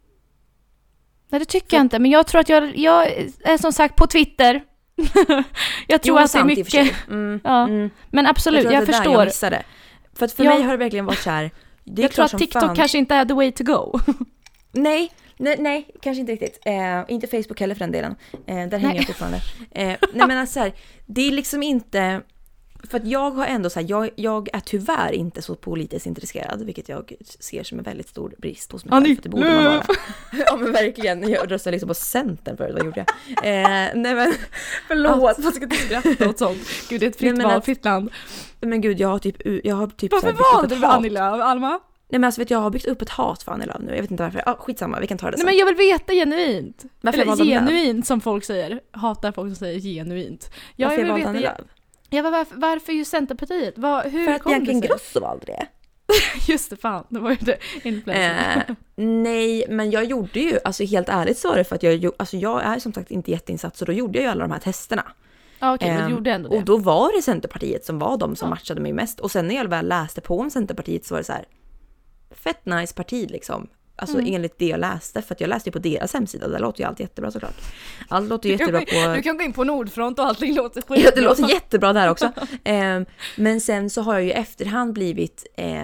Nej, det tycker för, jag inte. Men jag tror att jag, jag är som sagt på Twitter. jag tror jo, att det är mycket mm, ja. mm. Men absolut, jag, jag förstår jag missade. För att för ja. mig har det verkligen varit så här, det är jag tror att TikTok fan. kanske inte är the way to go. nej, nej, nej, kanske inte riktigt. Eh, inte Facebook heller för den delen. Eh, där nej. hänger jag fortfarande. Eh, nej, men alltså här, det är liksom inte, för att jag har ändå så här, jag, jag är tyvärr inte så politiskt intresserad, vilket jag ser som en väldigt stor brist hos mig själv, för det borde man vara. Ja, men verkligen, jag röstade liksom på Centern förut, vad gjorde jag? Eh, nej men, förlåt, vad ska du skratta åt sånt? Gud, det är ett fritt val, fritt land. Men gud, jag har typ, jag har typ varför valde du Annie Lööf, Alma? Nej men alltså vet jag har byggt upp ett hat för Annie Lööf nu, jag vet inte varför. Ja, skitsamma, vi kan ta det sen. Nej men jag vill veta genuint. Varför eller genuint som folk säger. Hatar folk som säger genuint. Jag varför vill valde Annie Lööf? Ja, varför, varför just Centerpartiet? Var, hur för att Bianca Ingrosso valde det. Just det, fan. Det var ju det influencer. Eh, nej, men jag gjorde ju, alltså helt ärligt så var det för att jag, alltså jag är som sagt inte jätteinsatt, så då gjorde jag ju alla de här testerna. Ja, okej, okay, men du gjorde ändå det. Och då var det Centerpartiet som var de som ja. matchade mig mest. Och sen när jag väl läste på om Centerpartiet så var det så här: fett nice parti liksom. Alltså mm. enligt det jag läste, för att jag läste ju på deras hemsida, där låter ju allt jättebra såklart. Allt låter ju jättebra gå, på... Du kan gå in på Nordfront och allting låter skitbra. Ja, det låter jättebra där också. eh, men sen så har jag ju efterhand blivit eh,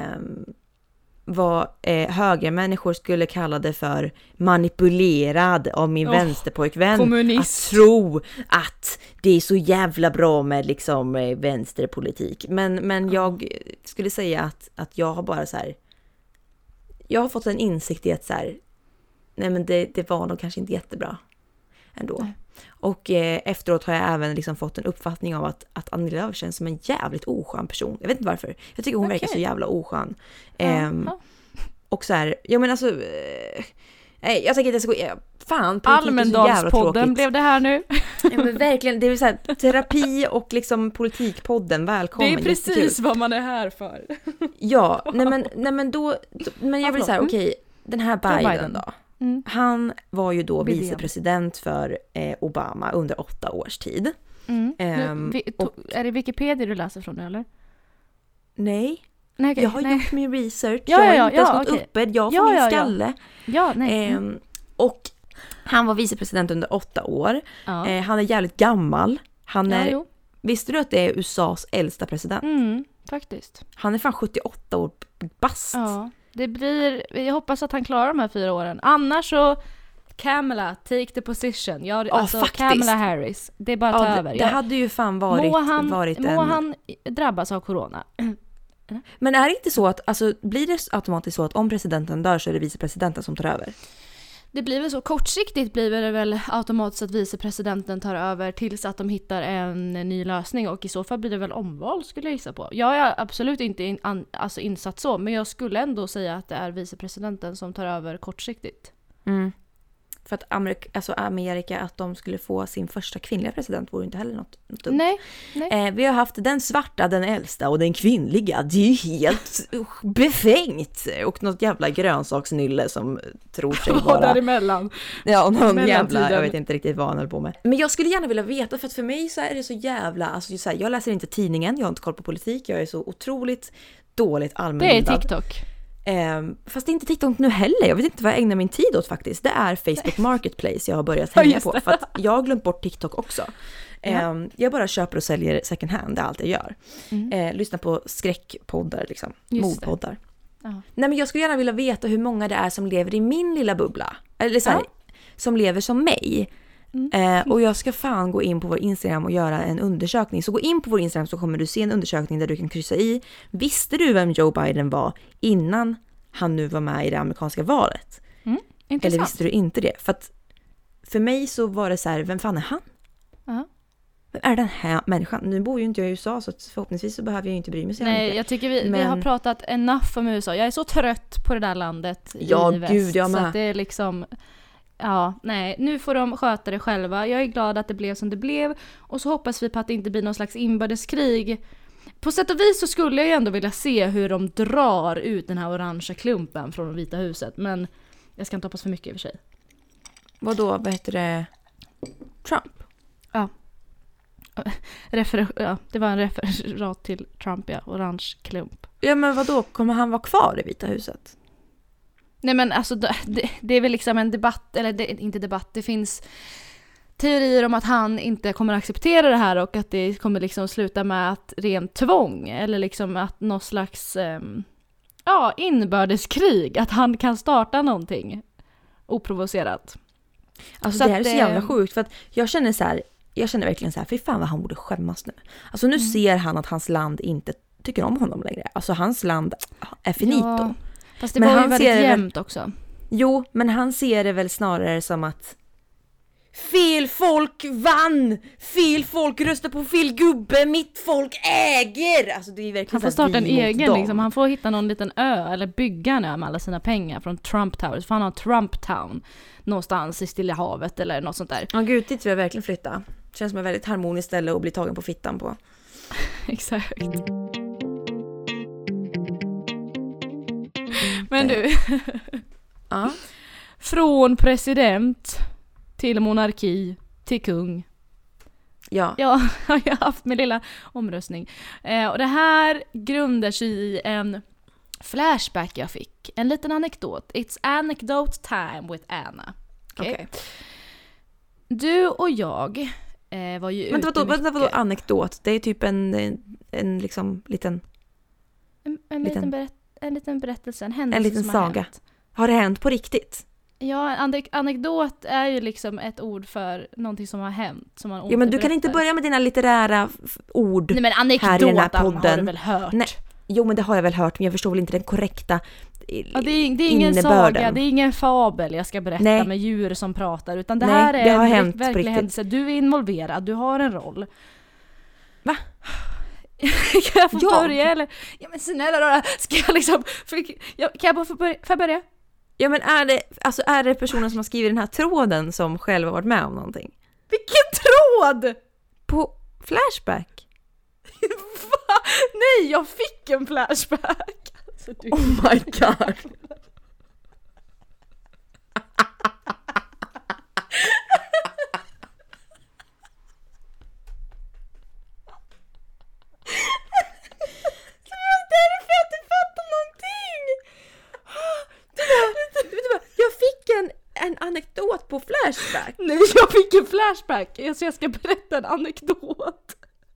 vad eh, högre människor skulle kalla det för manipulerad av min oh, vänsterpojkvän. Kommunist. Att tro att det är så jävla bra med liksom eh, vänsterpolitik. Men, men mm. jag skulle säga att, att jag har bara så här... Jag har fått en insikt i att så här, nej men det, det var nog kanske inte jättebra. ändå. Nej. Och eh, efteråt har jag även liksom fått en uppfattning av att, att Annie Lööf känns som en jävligt oskön person. Jag vet inte varför. Jag tycker hon Okej. verkar så jävla oskön. Ja, Ehm, ja. Och så här, ja men alltså... Eh, nej, jag tänker inte så gå... eh, Fan, politik är så jävla Almedalspodden tråkigt. blev det här nu. Ja men verkligen, det är så här, terapi och liksom politikpodden, välkommen. Det är precis jättekul. vad man är här för. Ja, nej men, nej men då... då men jag vill Ja, säga, förlåt. okej, den här Biden, Biden. då. Mm. Han var ju då Biden. vicepresident för eh, Obama under åtta års tid. Mm. Ehm, nu, vi, to, är det Wikipedia du läser från nu eller? Nej, Nej, okej, jag har nej. gjort min research. Ja, jag ja, har inte ja, ens gått okej. uppe. Jag får Ja, min ja, ja. skalle. Ja, nej. Ehm, och han var vicepresident under åtta år. ja. Eh, han är jävligt gammal. Han ja, är, jo. visste du att det är U S A:s äldsta president? Mm, faktiskt. Han är fan sjuttioåtta år bast. Ja, det blir, jag hoppas att han klarar de här fyra åren. Annars så Kamala, take the position. Ja, Ja, alltså faktiskt. Kamala Harris. Det är bara att ta Ja, över. det, det Jag, hade ju fan varit, må han, varit en... må han drabbas av corona. Men är det inte så att, alltså, blir det automatiskt så att om presidenten dör så är det vicepresidenten som tar över? Det blir väl så kortsiktigt blir det väl automatiskt att vicepresidenten tar över tills att de hittar en ny lösning och i så fall blir det väl omval skulle jag gissa på. Jag är absolut inte in, an, alltså insatt så men jag skulle ändå säga att det är vicepresidenten som tar över kortsiktigt. Mm. För att Amerika, alltså Amerika, att de skulle få sin första kvinnliga president vore inte heller något, något dumt. Nej, nej. Eh, vi har haft den svarta, den äldsta och den kvinnliga. Det är ju helt usch, befängt. Och något jävla grönsaksnylle som tror sig Och vara... däremellan. Ja, någon jävla, Mellantiden. jag vet inte riktigt vad han höll på med. Men jag skulle gärna vilja veta, för att för mig så är det så jävla, alltså så här, jag läser inte tidningen, jag har inte koll på politik, jag är så otroligt dåligt Det är allmänbildad. TikTok. Eh, fast det är inte TikTok nu heller, jag vet inte vad jag ägnar min tid åt faktiskt. Det är Facebook Marketplace jag har börjat hänga just på, det. för att jag har glömt bort TikTok också. Eh, Ja. Jag bara köper och säljer second hand, det är allt jag gör. Mm. Eh, lyssnar på skräckpoddar, liksom, Just det. mordpoddar. Ja. Nej, men jag skulle gärna vilja veta hur många det är som lever i min lilla bubbla. Eller så här, Ja. som lever som mig. Mm. Eh, och jag ska fan gå in på vår Instagram och göra en undersökning. Så gå in på vår Instagram så kommer du se en undersökning där du kan kryssa i. Visste du vem Joe Biden var innan han nu var med i det amerikanska valet? Mm. Eller Intressant. visste du inte det? För att för mig så var det så här, vem fan är han? Ja. Vem är den här människan? Nu bor ju inte jag i U S A så att förhoppningsvis så behöver jag inte bry mig så Nej, mycket. jag tycker vi, vi Men- har pratat enough om U S A. Jag är så trött på det där landet Ja, i väst. gud, jag så med. att det är liksom... Ja, nej. Nu får de sköta det själva. Jag är glad att det blev som det blev. Och så hoppas vi på att det inte blir någon slags inbördeskrig. På sätt och vis så skulle jag ju ändå vilja se hur de drar ut den här orangea klumpen från Vita huset. Men jag ska inte hoppas för mycket i och för sig. Vadå, vad heter det? Trump? Refer- ja, det var en referat till Trump, ja. Orange klump. Ja, men vadå? Kommer han vara kvar i Vita huset? Nej men alltså det, det är väl liksom en debatt, eller det, inte debatt, det finns teorier om att han inte kommer acceptera det här och att det kommer liksom sluta med att rent tvång eller liksom att någon slags um, ja, inbördeskrig, att han kan starta någonting oprovocerat. Alltså Så det här att är så det- jävla sjukt för att jag känner så här, jag känner verkligen så här, för fan vad han borde skämmas nu. Alltså nu Mm. ser han att hans land inte tycker om honom längre. Alltså hans land är finito. Ja, fast det Men var ju han väldigt ser det väl- jämnt också. Jo, men han ser det väl snarare som att fel folk vann! Fel folk röstar på fel gubbe! Mitt folk äger! Alltså det är verkligen Han får så här, starta en vi mot egen dem. liksom. Han får hitta någon liten ö eller bygga en ö med alla sina pengar från Trump Towers. För han har Trump Town någonstans i Stilla havet eller något sånt där. Ja gud, dit vill jag verkligen flytta. Känns som ett väldigt harmoniskt ställe att bli tagen på fittan på. Exakt. Men du, Ja. från president till monarki till kung. Ja. Ja, har jag haft min lilla omröstning. Eh, och det här grundar sig i en flashback jag fick. En liten anekdot. It's anecdote time with Anna. Okej. Okej. Du och jag eh, var ju Vänta, ute vadå, vänta, vadå mycket. anekdot? Det är typ en, en, en liksom liten, En, en, liten- liten berätt, en liten berättelse, en händelse en liten som har saga. hänt. Har det hänt på riktigt? Ja, en anek- anekdot är ju liksom ett ord för någonting som har hänt. Som man Ja, men du kan inte återberättar. börja med dina litterära f- ord. Nej men här i den här anekdot har podden. du väl hört? Nej. Jo, men det har jag väl hört, men jag förstår väl inte den korrekta ja, det, är, det är ingen innebörden. Saga, det är ingen fabel jag ska berätta Nej. med djur som pratar, utan det Nej, här är det har en hänt verklig händelse. Du är involverad, du har en roll. Va? Kan jag få jag? börja eller? Ja men snälla då, ska jag liksom för, jag, kan jag bara få börja? Får jag börja? Ja, men är det, alltså är det personen som har skrivit den här tråden som själv har varit med om någonting? Vilken tråd? På Flashback? Va? Nej, jag fick en Flashback. Alltså, du... Oh my god. En anekdot på Flashback. Nej, jag fick en Flashback. Så jag ska berätta en anekdot.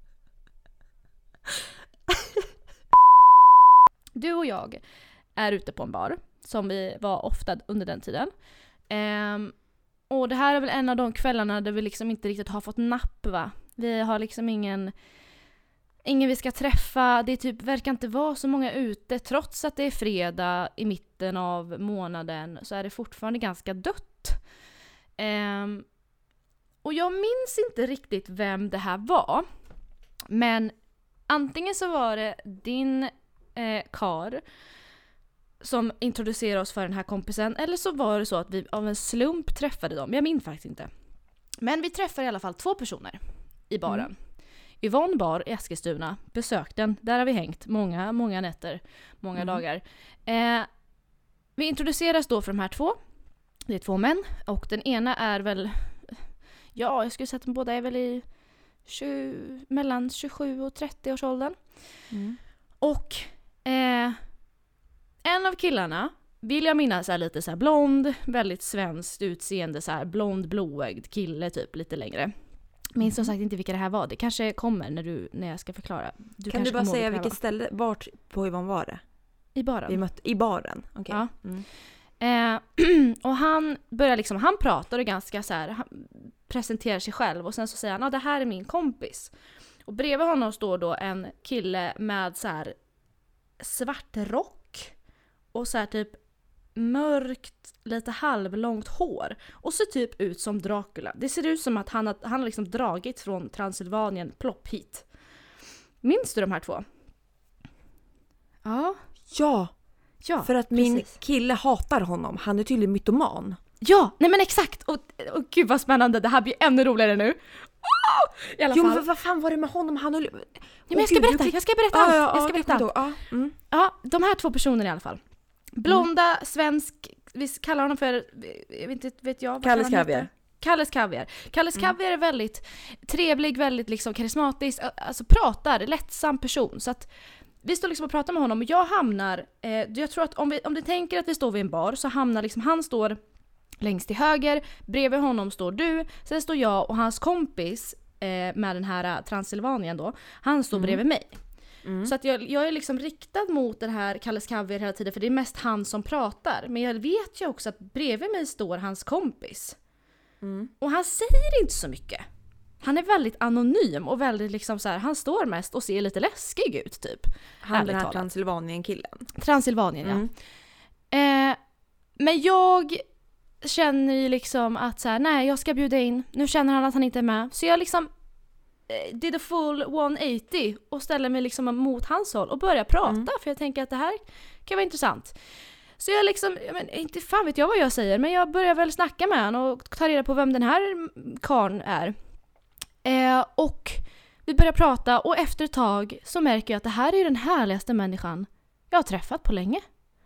Du och jag är ute på en bar som vi var ofta under den tiden. Ehm, och det här är väl en av de kvällarna där vi liksom inte riktigt har fått napp, va? Vi har liksom ingen ingen vi ska träffa. Det typ verkar inte vara så många ute. Trots att det är fredag i mitten av månaden så är det fortfarande ganska dött. Ehm, och jag minns inte riktigt vem det här var. Men antingen så var det din eh, kar som introducerade oss för den här kompisen. Eller så var det så att vi av en slump träffade dem. Jag minns faktiskt inte. Men vi träffade i alla fall två personer i baren. Mm. Yvonne bar i Eskilstuna, besökt den. Där har vi hängt många, många nätter, många mm. dagar. Eh, vi introduceras då för de här två. Det är två män. Och den ena är väl, ja jag skulle säga att de båda är väl i tjugo, mellan tjugosju och trettio års åldern. Mm. Och eh, en av killarna vill jag minnas är lite så här blond, väldigt svenskt utseende, så här blond, blåögd kille typ, lite längre. Minns som sagt inte vilka det här var. Det kanske kommer när, du, när jag ska förklara. Du kan du bara säga vilket ställe, vart på Yvonne var det? I baren. Vi mötte, I baren, okej. Okay. Ja. Mm. Eh, och han börjar liksom, han pratar och ganska så här, han presenterar sig själv och sen så säger han, ja det här är min kompis. Och bredvid honom står då en kille med så här svart rock och så här typ mörkt, lite halvlångt hår. Och ser typ ut som Dracula. Det ser ut som att han har, han har liksom dragit från Transylvanien plopp hit. Minns du de här två? Ja. Ja. Ja, för att precis. Min kille hatar honom. Han är tydligen mytoman. Ja, nej men exakt. Och, och gud vad spännande. Det här blir ännu roligare nu. Oh! I alla jo, fall. men vad fan var det med honom? Han höll... ja, men jag ska gud, berätta. du... Jag ska berätta allt. Ah, ja, jag ska ja, berätta allt. Ja, mm. ja, de här två personerna i alla fall. Blonda, mm. svensk, vi kallar honom för, jag vet inte, vet jag. Kalles Kaviar. Kalles Kaviar. Kalles mm. Kaviar är väldigt trevlig, väldigt liksom karismatisk, alltså pratar, lättsam person. Så att vi står liksom och pratar med honom och jag hamnar, eh, jag tror att om, vi, om du tänker att vi står vid en bar så hamnar liksom, han står längst till höger, bredvid honom står du, sen står jag och hans kompis eh, med den här Transylvanien då, han står mm. bredvid mig. Mm. Så att jag, jag är liksom riktad mot den här Kalles Kaviar hela tiden, för det är mest han som pratar. Men jag vet ju också att bredvid mig står hans kompis. Mm. Och han säger inte så mycket. Han är väldigt anonym och väldigt liksom så här, han står mest och ser lite läskig ut typ. Han den här Transylvanien-killen. Transylvanien, mm. ja. Eh, men jag känner ju liksom att så här, nej jag ska bjuda in. Nu känner han att han inte är med. Så jag liksom did a full etthundraåttio och ställer mig liksom mot hans håll och börjar prata, mm. för jag tänker att det här kan vara intressant. Så jag liksom, jag men, inte fan vet jag vad jag säger, men jag börjar väl snacka med han och ta reda på vem den här karln är. Eh, och vi börjar prata och efter ett tag så märker jag att det här är den härligaste människan jag har träffat på länge.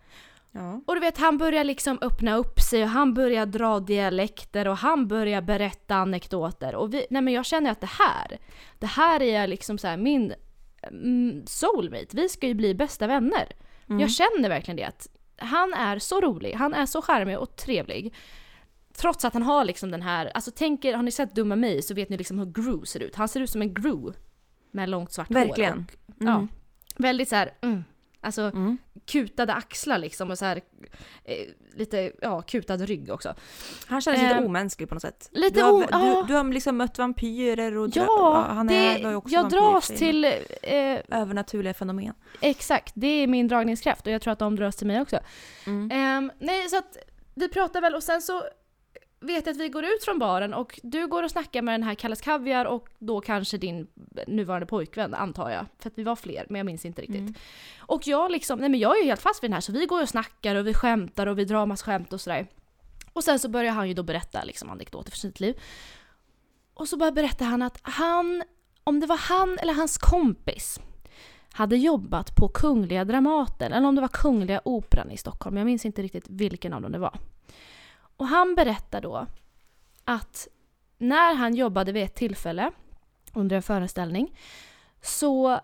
Ja. Och du vet, han börjar liksom öppna upp sig och han börjar dra dialekter och han börjar berätta anekdoter. Och vi, nej men jag känner att det här, det här är liksom så här min mm, soulmate. Vi ska ju bli bästa vänner. Mm. Jag känner verkligen det. Att han är så rolig, han är så charmig och trevlig. Trots att han har liksom den här, alltså tänker, har ni sett Dumma mig så vet ni liksom hur Gru ser ut. Han ser ut som en Gru med långt svart verkligen. hår. Och, mm. ja, väldigt så här, mm, Alltså Mm. kutade axlar liksom och så här eh, lite ja, kutad rygg också. Han känns Eh, lite omänsklig på något sätt. lite du, har, o- ja. du, du har liksom mött vampyrer och drö- Ja, han det, är, var ju också jag vampyr dras för sig. till eh, Övernaturliga fenomen. exakt, det är min dragningskraft och jag tror att de dras till mig också. Mm. Ehm, nej, så att vi pratar väl och sen så vet jag att vi går ut från baren och du går och snackar med den här Kalles Kaviar och då kanske din nuvarande pojkvän, antar jag. För att vi var fler, men jag minns inte riktigt. Mm. Och jag liksom, nej men jag är ju helt fast vid den här så vi går och snackar och vi skämtar och vi drar massa skämt och sådär. Och sen så börjar han ju då berätta liksom anekdoter för sitt liv. Och så bara berättar han att han, om det var han eller hans kompis, hade jobbat på Kungliga Dramaten, eller om det var Kungliga Operan i Stockholm. Jag minns inte riktigt vilken av dem det var. Och han berättar då att när han jobbade vid ett tillfälle under en föreställning så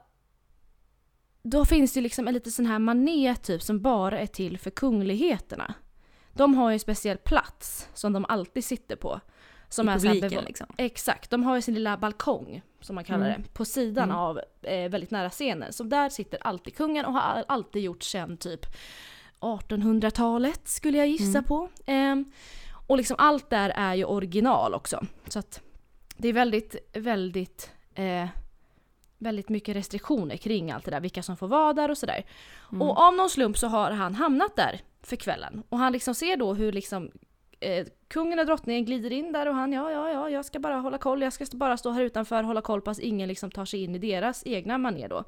då finns det liksom en liten sån här mané typ som bara är till för kungligheterna. De har ju en speciell plats som de alltid sitter på. Som I är så här publiken bevo- liksom. Exakt, de har ju sin lilla balkong som man kallar Mm. det, på sidan Mm. av eh, väldigt nära scenen. Så där sitter alltid kungen och har all- alltid gjort sen typ artonhundratalet skulle jag gissa Mm. på. Ehm, och liksom allt där är ju original också. Så att det är väldigt, väldigt, eh, väldigt mycket restriktioner kring allt det där. Vilka som får vara där och sådär. Mm. Och av någon slump så har han hamnat där för kvällen. Och han liksom ser då hur liksom eh, kungen och drottningen glider in där och han, ja, ja, ja, jag ska bara hålla koll. Jag ska bara stå här utanför och hålla koll på att ingen liksom tar sig in i deras egna manér då.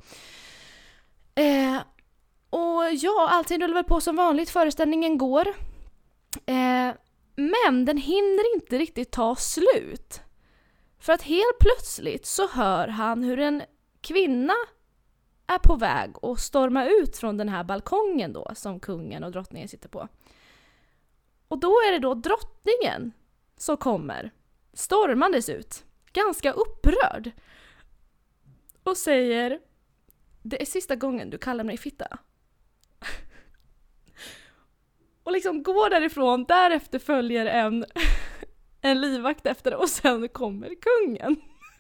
Eh, och ja, allting rullar väl på som vanligt. Föreställningen går. Eh, men den hinner inte riktigt ta slut. För att helt plötsligt så hör han hur en kvinna är på väg att storma ut från den här balkongen då som kungen och drottningen sitter på. Och då är det då drottningen som kommer stormandes ut, ganska upprörd. Och säger: det är sista gången du kallar mig fitta. Och liksom går därifrån, därefter följer en, en livvakt efter och sen kommer kungen.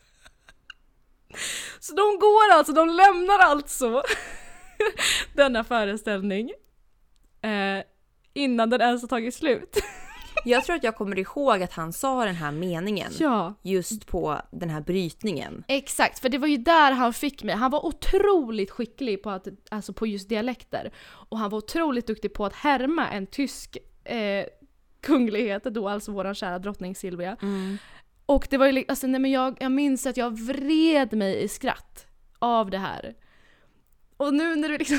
Så de går alltså, de lämnar alltså denna föreställning eh, innan den ens har tagit slut. Jag tror att jag kommer ihåg att han sa den här meningen Ja. just på den här brytningen. Exakt, för det var ju där han fick mig. Han var otroligt skicklig på, att, alltså på just dialekter. Och han var otroligt duktig på att härma en tysk eh, kunglighet, då alltså våran kära drottning Silvia. Mm. Och det var ju li- alltså, nej, men jag, jag minns att jag vred mig i skratt av det här. Och nu när du liksom...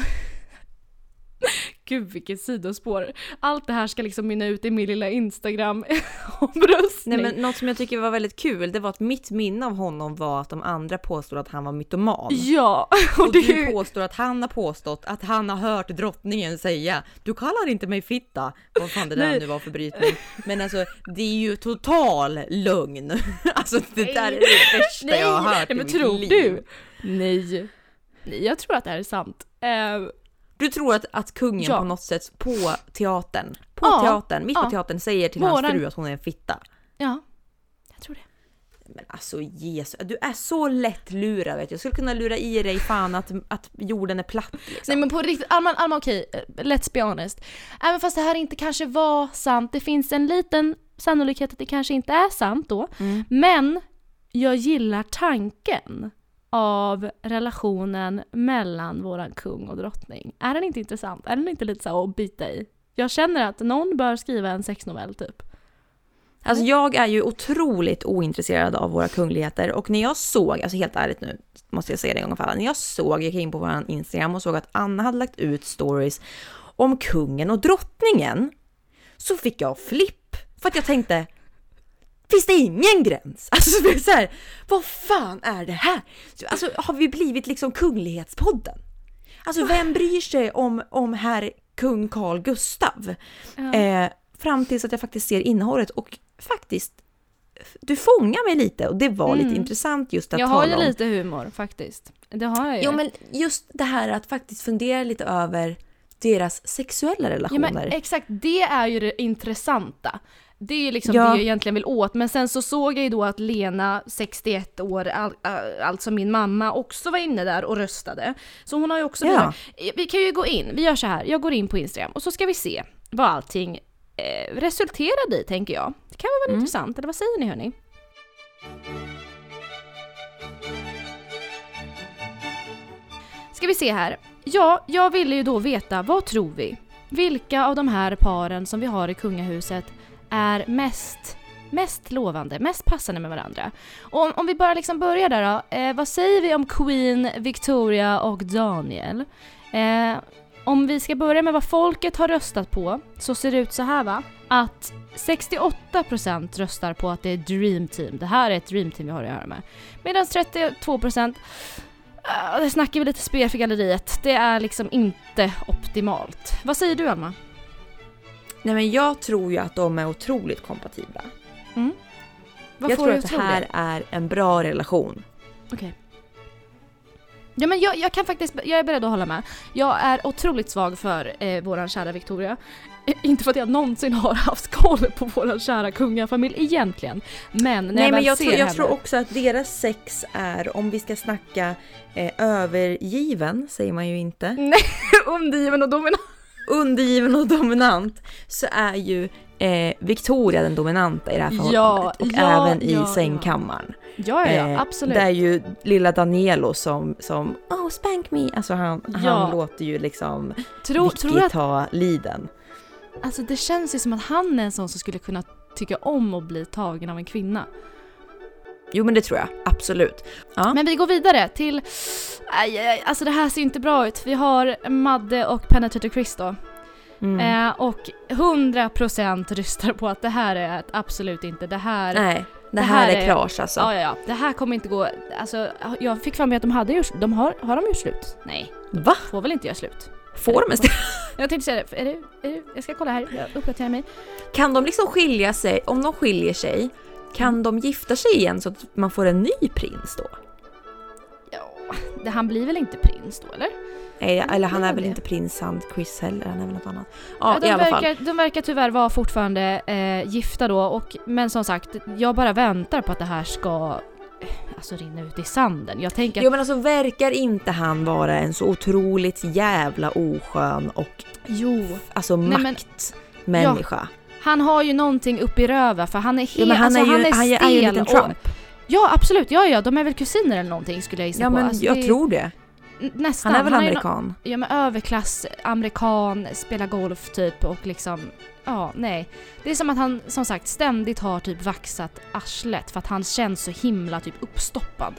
Gud vilket sidospår. Allt det här ska liksom mynna ut i min lilla Instagram-omröstning. Nej, men något som jag tycker var väldigt kul, det var att mitt minne av honom var att de andra påstod att han var mytoman. Ja. Och, Och det du är ju... påstår att han har påstått att han har hört drottningen säga: du kallar inte mig fitta. Vad fan det där Nej. nu var för brytning. Men alltså, det är ju total lögn. Alltså det Nej. där är det värsta Nej, jag har hört nej, i men mitt tror liv. du? Nej. Nej, jag tror att det här är sant. Eh, Du tror att, att kungen Ja. på något sätt på teatern, på Ja, teatern, mitt ja. på teatern säger till Våran- hans fru att hon är en fitta. ja, jag tror det. Men alltså Jesus, du är så lätt lurad, vet jag. Jag skulle kunna lura i dig fan att, att jorden är platt liksom. Nej men på riktigt, Alma, Alma okej, let's be honest. Även fast det här inte kanske var sant, det finns en liten sannolikhet att det kanske inte är sant då. Mm. Men jag gillar tanken av relationen mellan våran kung och drottning. Är den inte intressant? Är den inte lite så att bita i? Jag känner att någon bör skriva en sexnovell typ. Alltså jag är ju otroligt ointresserad av våra kungligheter, och när jag såg, alltså helt ärligt nu måste jag säga det en gång för alla, när jag såg, jag gick in på vår Instagram och såg att Anna hade lagt ut stories om kungen och drottningen, så fick jag flipp, för att jag tänkte, finns det ingen gräns? Alltså det är så här, vad fan är det här? Alltså har vi blivit liksom kunglighetspodden? Alltså vem bryr sig om, om herr kung Carl Gustav? Ja. Eh, fram tills att jag faktiskt ser innehållet, och faktiskt du fångar mig lite, och det var Mm. lite intressant just att Jag har tala ju om. lite humor faktiskt. Det har jag ju. Jo, men just det här att faktiskt fundera lite över deras sexuella relationer. Ja, men exakt, det är ju det intressanta. Det är ju liksom ja. det jag egentligen vill åt. Men sen så såg jag ju då att Lena, sextioett år, all, all, alltså min mamma, också var inne där och röstade. Så hon har ju också... Ja. Vi kan ju gå in, vi gör så här, jag går in på Instagram och så ska vi se vad allting eh, resulterade i, tänker jag. Det kan vara väl mm. intressant, eller vad säger ni, hörni? Ska vi se här. Ja, jag ville ju då veta, vad tror vi? Vilka av de här paren som vi har i kungahuset är mest, mest lovande, mest passande med varandra? Och om, om vi bara liksom börjar där då, eh, vad säger vi om Queen, Victoria och Daniel? Eh, om vi ska börja med vad folket har röstat på, så ser det ut så här, va? Att sextioåtta procent röstar på att det är Dream Team. Det här är ett Dream Team vi har att göra med. Medan trettiotvå procent, uh, det snackar vi lite spel för galleriet. Det är liksom inte optimalt. Vad säger du, Alma? Nej, men jag tror ju att de är otroligt kompatibla. Mm. Vad jag får tror du att det tro här det? är en bra relation. Okej. Okay. Ja, men jag, jag kan faktiskt, jag är beredd att hålla med. Jag är otroligt svag för eh, våran kära Victoria. Eh, inte för att jag någonsin har haft koll på våran kära kungafamilj egentligen. Men när Nej, jag men väl jag, ser tror, jag henne... tror också att deras sex är, om vi ska snacka eh, övergiven, säger man ju inte. Nej, undergiven och dominant. Undergiven och dominant, så är ju eh, Victoria den dominanta i det här förhållandet. Ja, och ja, även i ja, sängkammaren. Ja, ja, ja, eh, absolut. Det är ju lilla Danielo som, som oh, spank me. Alltså han, Ja. han låter ju liksom Tror, Vicky tror att, ta liden. alltså det känns ju som att han är en sån som skulle kunna tycka om att bli tagen av en kvinna. Jo, men det tror jag, absolut. Ja. Men vi går vidare till, aj, aj, alltså det här ser inte bra ut. Vi har Madde och Penetrator Chris då. Mm. Eh, och hundra procent röstar på att det här är ett absolut inte. Det här, Nej, det, det här, här är krasch alltså. Ja, ja, ja. Det här kommer inte gå. Alltså, jag fick fram mig att de hade gjort, de har, har de gjort slut? Nej. Va? Får väl inte göra slut? Får de ens det? Jag tänkte säga det. Är det, är det? Jag ska kolla här. Jag uppdaterar mig. Kan de liksom skilja sig? Om de skiljer sig, kan mm. de gifta sig igen så att man får en ny prins då? Ja, det, han blir väl inte prins då, eller? Nej, eller han är väl det. Inte prins, han Chris heller, han är väl något annat. Ja, ja, de, i alla verkar, fall. de verkar tyvärr vara fortfarande eh, gifta då. Och, men som sagt, jag bara väntar på att det här ska alltså rinna ut i sanden. Jag tänker... Jo, men alltså verkar inte han vara en så otroligt jävla oskön och jo. alltså Nej, maktmänniska? Ja, han har ju någonting upp i röva för han är helt, ja, men han, alltså, är ju, han är han stel. är ju en liten Trump. Och, ja, absolut. Ja, ja, de är väl kusiner eller någonting skulle jag gissa ja, på. men alltså, jag det... tror det. Nästan. Han är väl han amerikan? Är no- ja, men överklass, amerikan, spelar golf typ och liksom, ja, nej. Det är som att han, som sagt, ständigt har typ vaxat arslet för att han känns så himla typ uppstoppad.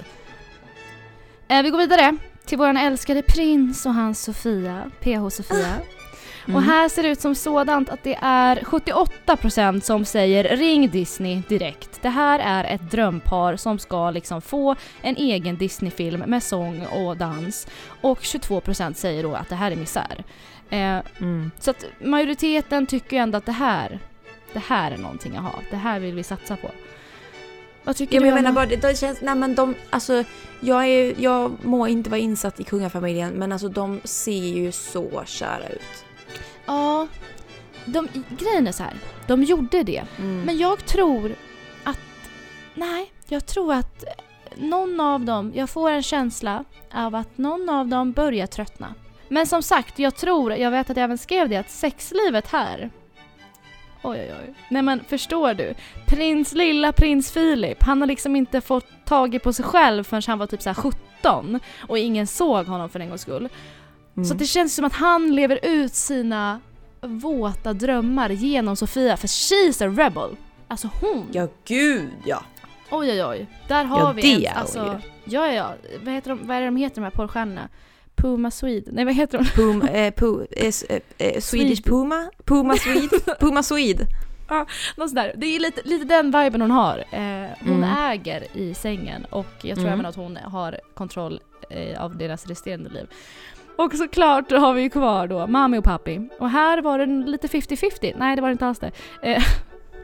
Eh, vi går vidare till våran älskade prins och hans Sofia, P H Sofia. Mm. Och här ser det ut som sådant att det är sjuttioåtta procent som säger ring Disney direkt. Det här är ett drömpar som ska liksom få en egen Disney-film med sång och dans. Och tjugotvå procent säger då att det här är misär. Eh, mm. Så att majoriteten tycker ändå att det här, det här är någonting att ha. Det här vill vi satsa på. Vad tycker ja, du? Men jag menar bara, det, det känns, nej men de, alltså, jag, är, jag må inte vara insatt i kungafamiljen, men alltså de ser ju så kära ut. Ja, de, grejen är så här. De gjorde det. Mm. Men jag tror att... Nej, jag tror att någon av dem... Jag får en känsla av att någon av dem börjar tröttna. Men som sagt, jag tror... Jag vet att jag även skrev det, att sexlivet här... Oj, oj, oj. Nej, men förstår du? Prins, lilla prins Philip, han har liksom inte fått tag på sig själv förrän han var typ så här sjutton. Och ingen såg honom för en gångs skull. Mm. Så det känns som att han lever ut sina våta drömmar genom Sofia. För she's a rebel. Alltså hon. Ja, gud, ja. Oj, oj, oj. Där har ja, vi det en, alltså, ja, ja. Vad heter de, vad är det de heter, de här porrstjärnorna? Puma Swede. Nej, vad heter de? Puma, eh, pu, eh, eh, Swedish Puma? Puma Swede? Puma Swede. Ja, något sådär. Det är lite, lite den viben hon har. Eh, hon mm. äger i sängen. Och jag tror mm. även att hon har kontroll eh, av deras resterande liv. Och såklart har vi ju kvar då Mami och Papi. Och här var det lite femtio femtio. Nej, det var det inte alls det. Eh,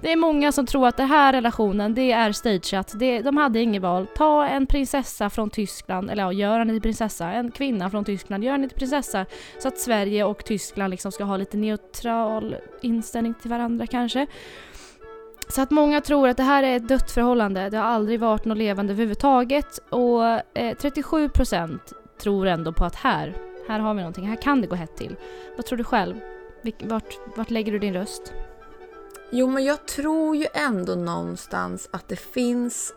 Det är många som tror att den här relationen, det är stageat. Det, de hade inget val. Ta en prinsessa från Tyskland, eller ja, gör henne till prinsessa. En kvinna från Tyskland, gör henne till prinsessa. Så att Sverige och Tyskland liksom ska ha lite neutral inställning till varandra kanske. Så att många tror att det här är ett dött förhållande. Det har aldrig varit något levande överhuvudtaget. Och eh, trettiosju procent tror ändå på att här, här har vi någonting. Här kan det gå hett till. Vad tror du själv? Vart, vart lägger du din röst? Jo, men jag tror ju ändå någonstans att det finns...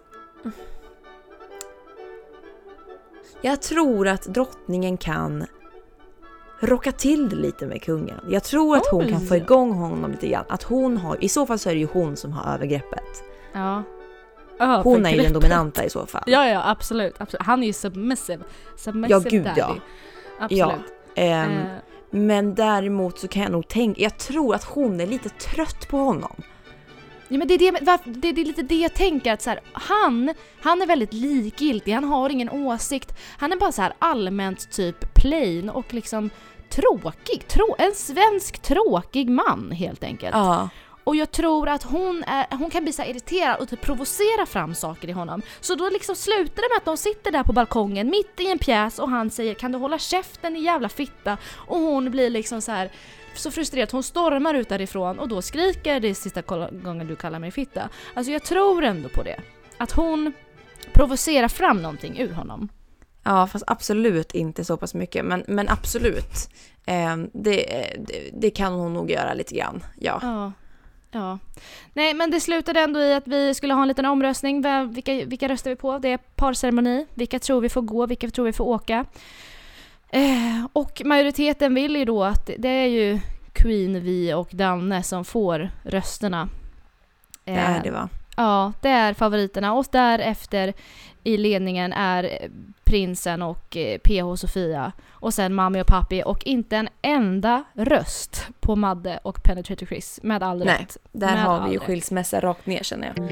Jag tror att drottningen kan rocka till det lite med kungen. Jag tror att hon Oj. kan få igång honom lite grann. Att hon har, i så fall så är det ju hon som har övergreppet. Ja. Hon är ju den dominanta i så fall. Ja, ja, absolut. absolut. Han är ju submissive. submissive Ja, gud daddy. ja. Absolut. Ja, ehm, Eh. Men däremot så kan jag nog tänka... Jag tror att hon är lite trött på honom. Ja, men det, är det, varför- det, det är lite det jag tänker. Att så här, han, han är väldigt likgiltig. Han har ingen åsikt. Han är bara så här allmänt typ plain och liksom tråkig. Trå- en svensk tråkig man helt enkelt. Ja. Och jag tror att hon, är, hon kan bli så här irriterad och typ provocera fram saker i honom. Så då liksom slutar det med att de sitter där på balkongen mitt i en pjäs och han säger kan du hålla käften i jävla fitta? Och hon blir liksom så här så frustrerad att hon stormar ut därifrån och då skriker det sista gången du kallar mig fitta. Alltså jag tror ändå på det. Att hon provocerar fram någonting ur honom. Ja, fast absolut inte så pass mycket. Men, men absolut. Eh, det, det, det kan hon nog göra lite grann. Ja. Ja. Ja. Nej, men det slutade ändå i att vi skulle ha en liten omröstning. Vilka, vilka röstar vi på? Det är parceremoni. Vilka tror vi får gå? Vilka tror vi får åka? Eh, och majoriteten vill ju då att det är ju Queen, vi och Danne som får rösterna. Det är det, va? Ja, det är favoriterna. Och därefter i ledningen är prinsen och P H Sofia. Och sen Mami och Papi. Och inte en enda röst på Madde och Penetrator Chris. Med all Nej, rätt. där Med har vi all ju rätt. skilsmässa rakt ner, känner jag.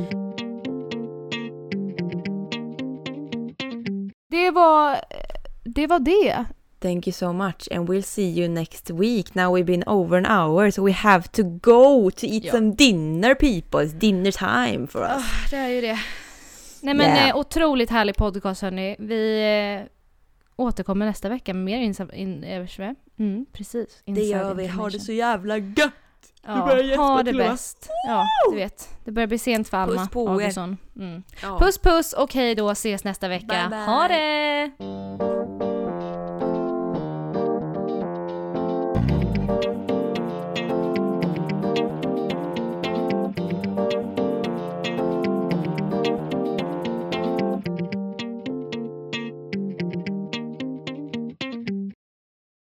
Det var det. Var det. Thank you so much and we'll see you next week. Now we've been over an hour so we have to go to eat Ja. some dinner, people. It's dinner time for us. Oh, det är ju det. Nej men Yeah. eh, otroligt härlig podcast hörni. Vi eh, återkommer nästa vecka med mer insa- in, in, mm, precis. Det Inside gör vi. Ha det information. så jävla gött. Ja, börjar gäspa ha det till, va? bäst. Ja, du vet. Det börjar bli sent för Alma Puss på er. Augustsson. Mm. Ja. Puss puss och hej då, ses nästa vecka. Bye, bye. Ha det!